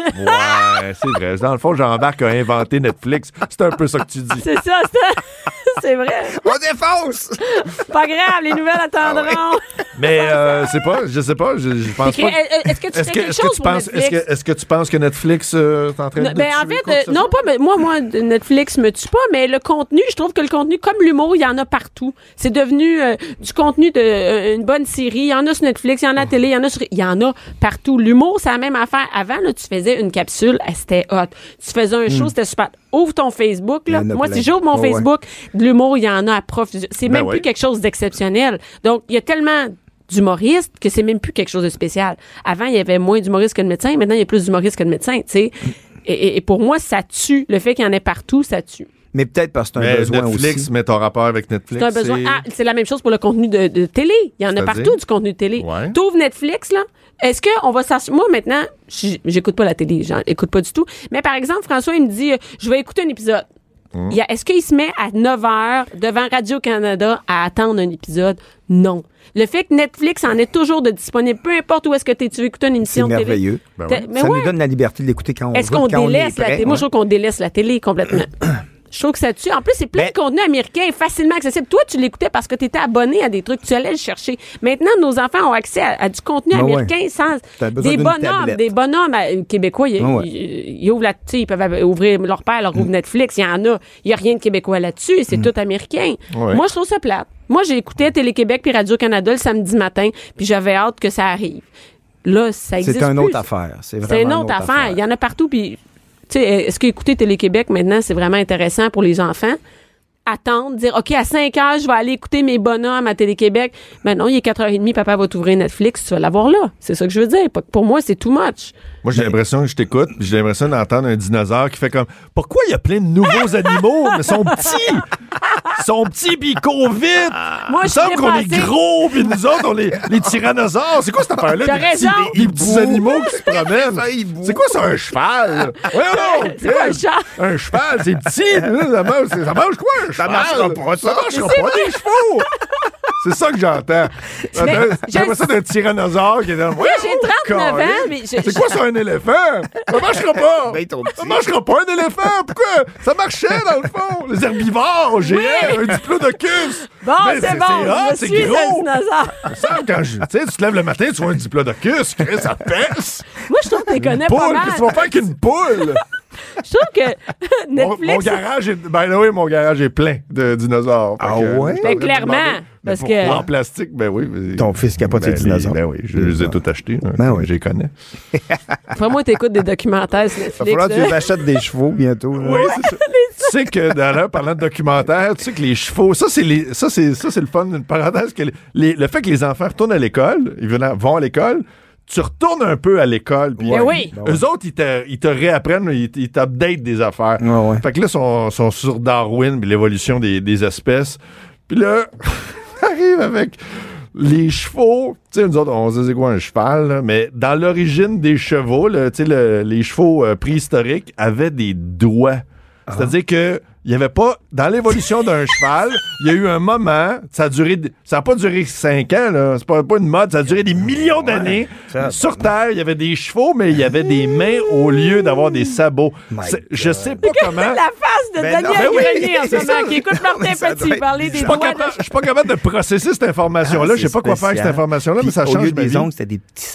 Ouais, c'est vrai. Dans le fond, Jean-Marc a inventé Netflix. C'est un peu ça que tu dis. C'est ça, c'est, c'est vrai. On défonce! Pas grave, les nouvelles attendront. Ah ouais. Mais euh, c'est pas, je sais pas, je, je pense Écris, pas. Est-ce que tu Est-ce fais que, quelque est-ce chose que tu pour penses, Netflix? est-ce que, est-ce que tu penses que Netflix euh, est en train de Ben, en tuer, fait, quoi que euh, ce non, soit? pas, mais moi, moi, Netflix me tue pas, mais le contenu, je trouve que le contenu, comme l'humour, il y en a partout. C'est devenu euh, du contenu de euh, une bonne série. Il y en a sur Netflix, il y en a à la télé, il y en a sur, il y en a partout. L'humour, c'est la même affaire. Avant, là, tu faisais une capsule, c'était hot. Tu faisais un show, c'était super. Ouvre ton Facebook, là. Moi, plein. si j'ouvre mon Oh, ouais. Facebook, de l'humour, il y en a à profusion. C'est Ben même ouais. plus quelque chose d'exceptionnel. Donc, il y a tellement d'humoristes que c'est même plus quelque chose de spécial. Avant, il y avait moins d'humoristes que de médecins. Maintenant, il y a plus d'humoristes que de médecins, tu sais. Et, et, et pour moi, ça tue. Le fait qu'il y en ait partout, ça tue. Mais peut-être parce que c'est un Mais besoin Netflix, aussi. mais ton rapport avec Netflix, C'est un besoin. c'est... Ah, c'est la même chose pour le contenu de, de télé. Il y en a C'est-à-dire? partout du contenu de télé. Ouais. T'ouvres Netflix, là. Est-ce qu'on va s'assurer. Moi, maintenant, j- j'écoute pas la télé. J'en écoute pas du tout. Mais par exemple, François, il me dit euh, je vais écouter un épisode. Hum. Il y a- Est-ce qu'il se met à neuf heures devant Radio-Canada à attendre un épisode? Non. Le fait que Netflix en est toujours de disponible, peu importe où est-ce que t'es, tu veux écouter une C'est émission de télé. merveilleux. Ben T'as- ouais. Mais Ça ouais. nous donne la liberté de l'écouter quand on Est-ce veut, qu'on quand on est délaisse la prêt, télé? Moi, ouais. je trouve qu'on délaisse la télé complètement. Je trouve que ça tue. En plus, c'est plein Ben- de contenu américain facilement accessible. Toi, tu l'écoutais parce que tu étais abonné à des trucs. Tu allais le chercher. Maintenant, nos enfants ont accès à, à du contenu Ben américain ouais. sans T'as besoin des d'une bonhommes, tablette. des bonhommes euh, québécois. Ils, Ben ouais. ils- ils ouvrent la, tu sais, ils peuvent ouvrir leur père, leur ouvre Netflix. Il y en a. Il y a rien de québécois là-dessus. C'est tout américain. Ouais. Moi, je trouve ça plate. Moi, j'écoutais Télé-Québec puis Radio-Canada le samedi matin, puis j'avais hâte que ça arrive. Là, ça existe C'est une plus. autre affaire. C'est C'est vraiment une autre affaire. Il y en a partout. Puis, tu sais, est-ce qu'écouter Télé-Québec maintenant, c'est vraiment intéressant pour les enfants? Attendre, dire, OK, à cinq heures, je vais aller écouter mes bonhommes à Télé-Québec. Ben non, il est quatre heures trente, papa va t'ouvrir Netflix, tu vas l'avoir là. C'est ça que je veux dire. Pour moi, c'est too much. Moi, j'ai l'impression que je t'écoute, puis j'ai l'impression d'entendre un dinosaure qui fait comme « Pourquoi il y a plein de nouveaux animaux, mais ils sont petits? Ils sont petits, puis ils courent vite! Moi, Il me je suis semble qu'on est dépassée. gros, puis nous autres, on est les tyrannosaures. C'est quoi cette affaire-là? T'as des petits, raison. des, des petits animaux qui se promènent. Ça, hibou. C'est quoi ça, un cheval? Voyons donc! C'est quoi un chat? Un cheval, c'est petit! Ça mange, ça mange quoi, un cheval? Ça marchera pas, ça. Ça marchera pas, des chevaux! C'est ça que j'entends. Mais J'ai l'impression d'un tyrannosaure qui est dans... Moi, j'ai trente-neuf ans, mais je- C'est quoi ça, un éléphant? Ça marchera pas! Ben, ton petit. Ça marchera pas, un éléphant! Pourquoi? Ça marchait, dans le fond! Les herbivores, géants, un diplodocus! Bon, Ben, c'est bon. hot, je c'est suis un gros! dinosaure. Ça, quand je, tu sais, tu te lèves le matin, tu vois un diplodocus, Chris, ça pèse! Moi, je trouve que tu connais Poule, pas mal. qu'est-ce que tu vas faire avec une poule? Je trouve que Mon, mon Netflix... garage est, ben oui, mon garage est plein de dinosaures. Fait Ah que, ouais? je Ben, t'aurais clairement, demandé. Mais parce pourquoi que- en plastique, ben oui. mais- Ton fils capote ben, ses dinosaures. Ben oui, je les ai tous achetés. hein, Ben oui. Je les connais. Après, moi, t'écoutes des documentaires sur Il va Netflix. falloir que tu là. les achètes des chevaux bientôt. là. Oui, c'est ça. Tu sais que, d'ailleurs, parlant de documentaire, tu sais que les chevaux, ça, c'est les, ça, c'est, ça, c'est le fun, une parenthèse, que les- les- le fait que les enfants retournent à l'école, ils veulent- vont à l'école, tu retournes un peu à l'école. Puis Ben oui. Eux autres, ils te, ils te réapprennent, ils, ils t'updatent des affaires. Ouais, ouais. Fait que là, ils sont, sont sur Darwin puis l'évolution des, des espèces. Puis là, arrive avec les chevaux. Tu sais, nous autres, on se disait quoi, un cheval, là? Mais dans l'origine des chevaux, là, tu sais, le- les chevaux euh, préhistoriques avaient des doigts. C'est-à-dire que il y avait pas, dans l'évolution d'un cheval, il y a eu un moment, ça a duré, ça a pas duré cinq ans, là, c'est pas, pas une mode, ça a duré des millions d'années. Ça- Sur Terre, il y avait des chevaux, mais il y avait des mains au lieu d'avoir des sabots. My C'est- Je sais pas comment. La face de Ben non, Daniel ben oui, Grenier en ce c'est moment, ça. qui écoute Martin Mais ça Petit doit être- parler Je des suis pas doigts capable- de... je suis pas capable de processer cette information-là. Ah, Je sais c'est pas quoi faire avec cette spécial. information-là, mais Puis, ça au change lieu ma des vie. ongles, c'était des petits sabots.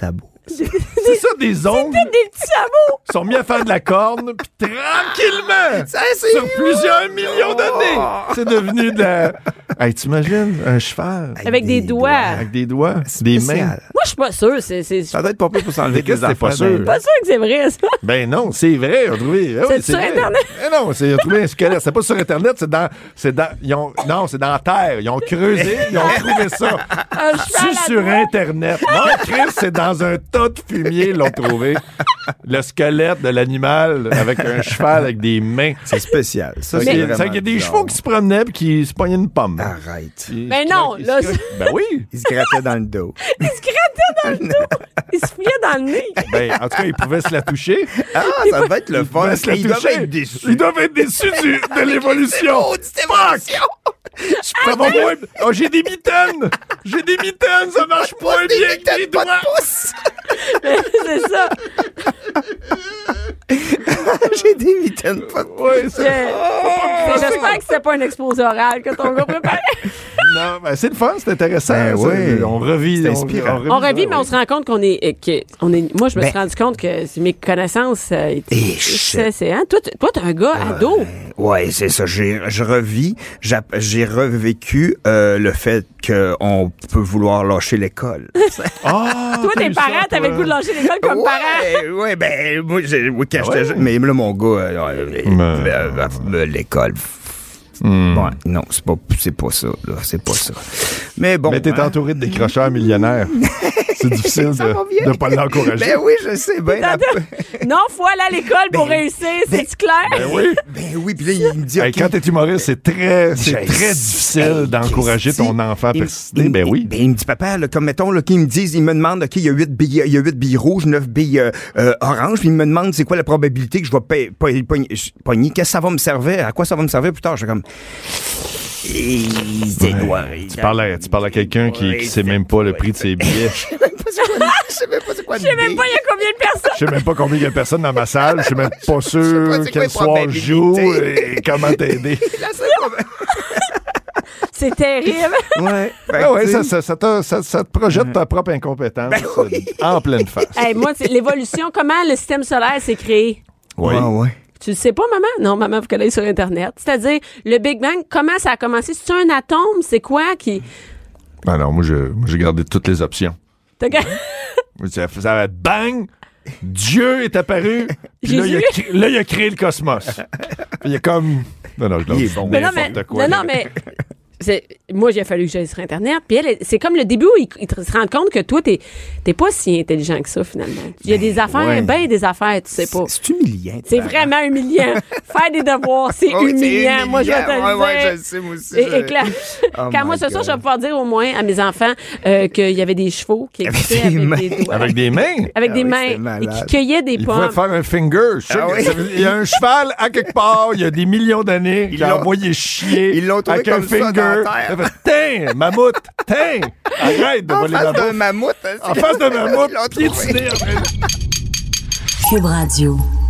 Des, C'est ça, des ongles. C'était des petits sabots. Ils sont mis à faire de la corne, puis tranquillement, Ça, c'est sur plusieurs millions d'années, c'est devenu de la... Hey, t'imagines un cheval Avec des doigts. avec des doigts, des mains. Spécial. Moi, je suis pas sûre. C'est, c'est, Ça doit être pas pire pour s'enlever Mais qu'est-ce des que t'es pas affaires. sûr? ben- pas sûr que c'est vrai, ça. Ben non, c'est vrai, on a trouvé. Ah C'est oui, sur vrai. Internet? Eh non, c'est, ils ont trouvé un squelette. C'est pas sur Internet, c'est dans. C'est dans ils ont, non, c'est dans la terre. Ils ont creusé, ils ont trouvé ça. Un cheval C'est à sur doigts. Internet. Non, Chris, c'est dans un tas de fumier, ils l'ont trouvé. Le squelette de l'animal avec un cheval avec des mains. C'est spécial. Ça, Ça, c'est il y a- vraiment ça, il y a des bizarre. chevaux qui se promenaient et qui se pognaient une pomme. Arrête. Ils Ben se non, cra- ils là, se cra- Ben oui. Il se grattait dans le dos. Il se grattait dans le dos. Il se fouillait dans le nez. Ben, en tout cas, ils pouvaient se la toucher. Ah, ça va être le Ils fun. pouvaient se la Ils doivent toucher. être déçus. Ils doivent être déçus du- de l'évolution. Fuck! Ça va moins. Oh, j'ai des mitaines! J'ai des mitaines, ça marche moins bien que les doigts! C'est ça. J'ai des mitaines pas de pouce. Ouais, c'est... C'est- J'espère que c'était pas un exposé oral que ton gars préparait. Non, ben, c'est le fun, c'est intéressant. Ben ça. oui. On revit. C'est on- inspirant. On revit, mais ça, on se rend compte qu'on est, euh, que, on est. Moi, je me suis Ben- rendu compte que mes connaissances euh, étaient. Eh, shit. c'est, c'est, hein? Toi, tu- toi, t'es un gars ado. Ouais, c'est ça. J'ai, je revis, j'app- j'ai revécu euh, le fait qu'on peut vouloir lâcher l'école. Ah, Toi, t'as tes eu ça, parents, t'avais le toi. goût de lâcher l'école comme parent. ouais, ouais, ben, moi, j'ai, oui, quand Ah j'étais ouais? jeune, mais là, mon gars, euh, euh, Ben- euh, euh, euh, l'école. Hmm. Ouais, non, c'est pas, c'est pas ça, là, c'est pas ça. Mais bon. Mais t'es hein. entouré de décrocheurs millionnaires. C'est difficile Ça va bien. de ne pas l'encourager. Ben oui, je sais bien. la- Non, faut aller à l'école pour Ben- réussir, ben- c'est clair? Ben oui. Ben oui, puis là, il me dit, Hey, OK, quand t'es humoriste, c'est très, c'est Je très sais, difficile d'encourager Christy. ton enfant à Il me- persister. il- Ben oui. Ben, il me dit, papa, là, comme mettons, là, qu'ils me disent, ils me demandent, OK, il y a huit billes, il y a huit billes rouges, neuf billes euh, euh, oranges, puis ils me demandent c'est quoi la probabilité que je vais pa- pa- pogner. pogner. Qu'est-ce que ça va me servir? À quoi ça va me servir plus tard? Je suis comme. Et c'est noir. Tu parles à, tu parles à quelqu'un qui, Ouais, qui sait c'est- même pas le prix de ses billets. Je sais même pas c'est quoi Je sais même pas, il y a combien de personnes? Je sais même pas combien il y a de personnes dans ma salle. Je sais même pas sûr c'est quoi quel les soir je joue et comment t'aider. C'est terrible. Ouais. Ah ouais, ça, ça, ça, t'a- ça- ça te projette ta propre incompétence Ben euh, en pleine face. Hey, moi, c'est l'évolution, comment le système solaire s'est créé? Oui. Ouais, ouais. Tu le sais pas, maman? Non, maman, vous connaissez sur Internet. C'est-à-dire, le Big Bang, comment ça a commencé? C'est un atome? C'est quoi qui... Ben non, moi, je- moi, j'ai gardé toutes les options. T'as- Ça fait ça va être bang! Dieu est apparu, puis là, il a Jésus. cré- là, il a créé le cosmos. Puis il est comme. Non, non, je Il est lance bon. Mais non, mais, n'importe quoi. non, non, mais c'est, moi, il a fallu que j'aille sur Internet. Puis elle, c'est comme le début où il, il se rend compte que toi, t'es, t'es pas si intelligent que ça, finalement. Il y a des affaires, ouais. ben des affaires, tu sais pas. C'est humiliant. C'est parents. vraiment humiliant. Faire des devoirs, c'est Oh, c'est humiliant. Moi, je vais te le humiliant. dire. Ouais, ouais, je le sais, moi aussi. Et, je- et clair- Oh Quand my moi, ce soir, God. je vais pouvoir dire au moins à mes enfants euh, qu'il y avait des chevaux qui Avec existaient des avec mains. des doigts. Avec des mains. Avec Ah des oui, mains. c'était Et malade. qui cueillaient des Il pouvait pommes. faire un finger. Je sais Ah que oui. ça veut- il y a un cheval à quelque part, il y a des millions d'années, Ils qui a l'ont- envoyé chier ils l'ont trouvé avec un comme ça dans finger. la terre. Ça fait, Tiens, mammouth, tiens, arrête de En voler face ma d'un bouffe. mammouth. hein, En c'est- face de mammouth, Ils l'ont trouvé. piétiné en train de- Cube Radio.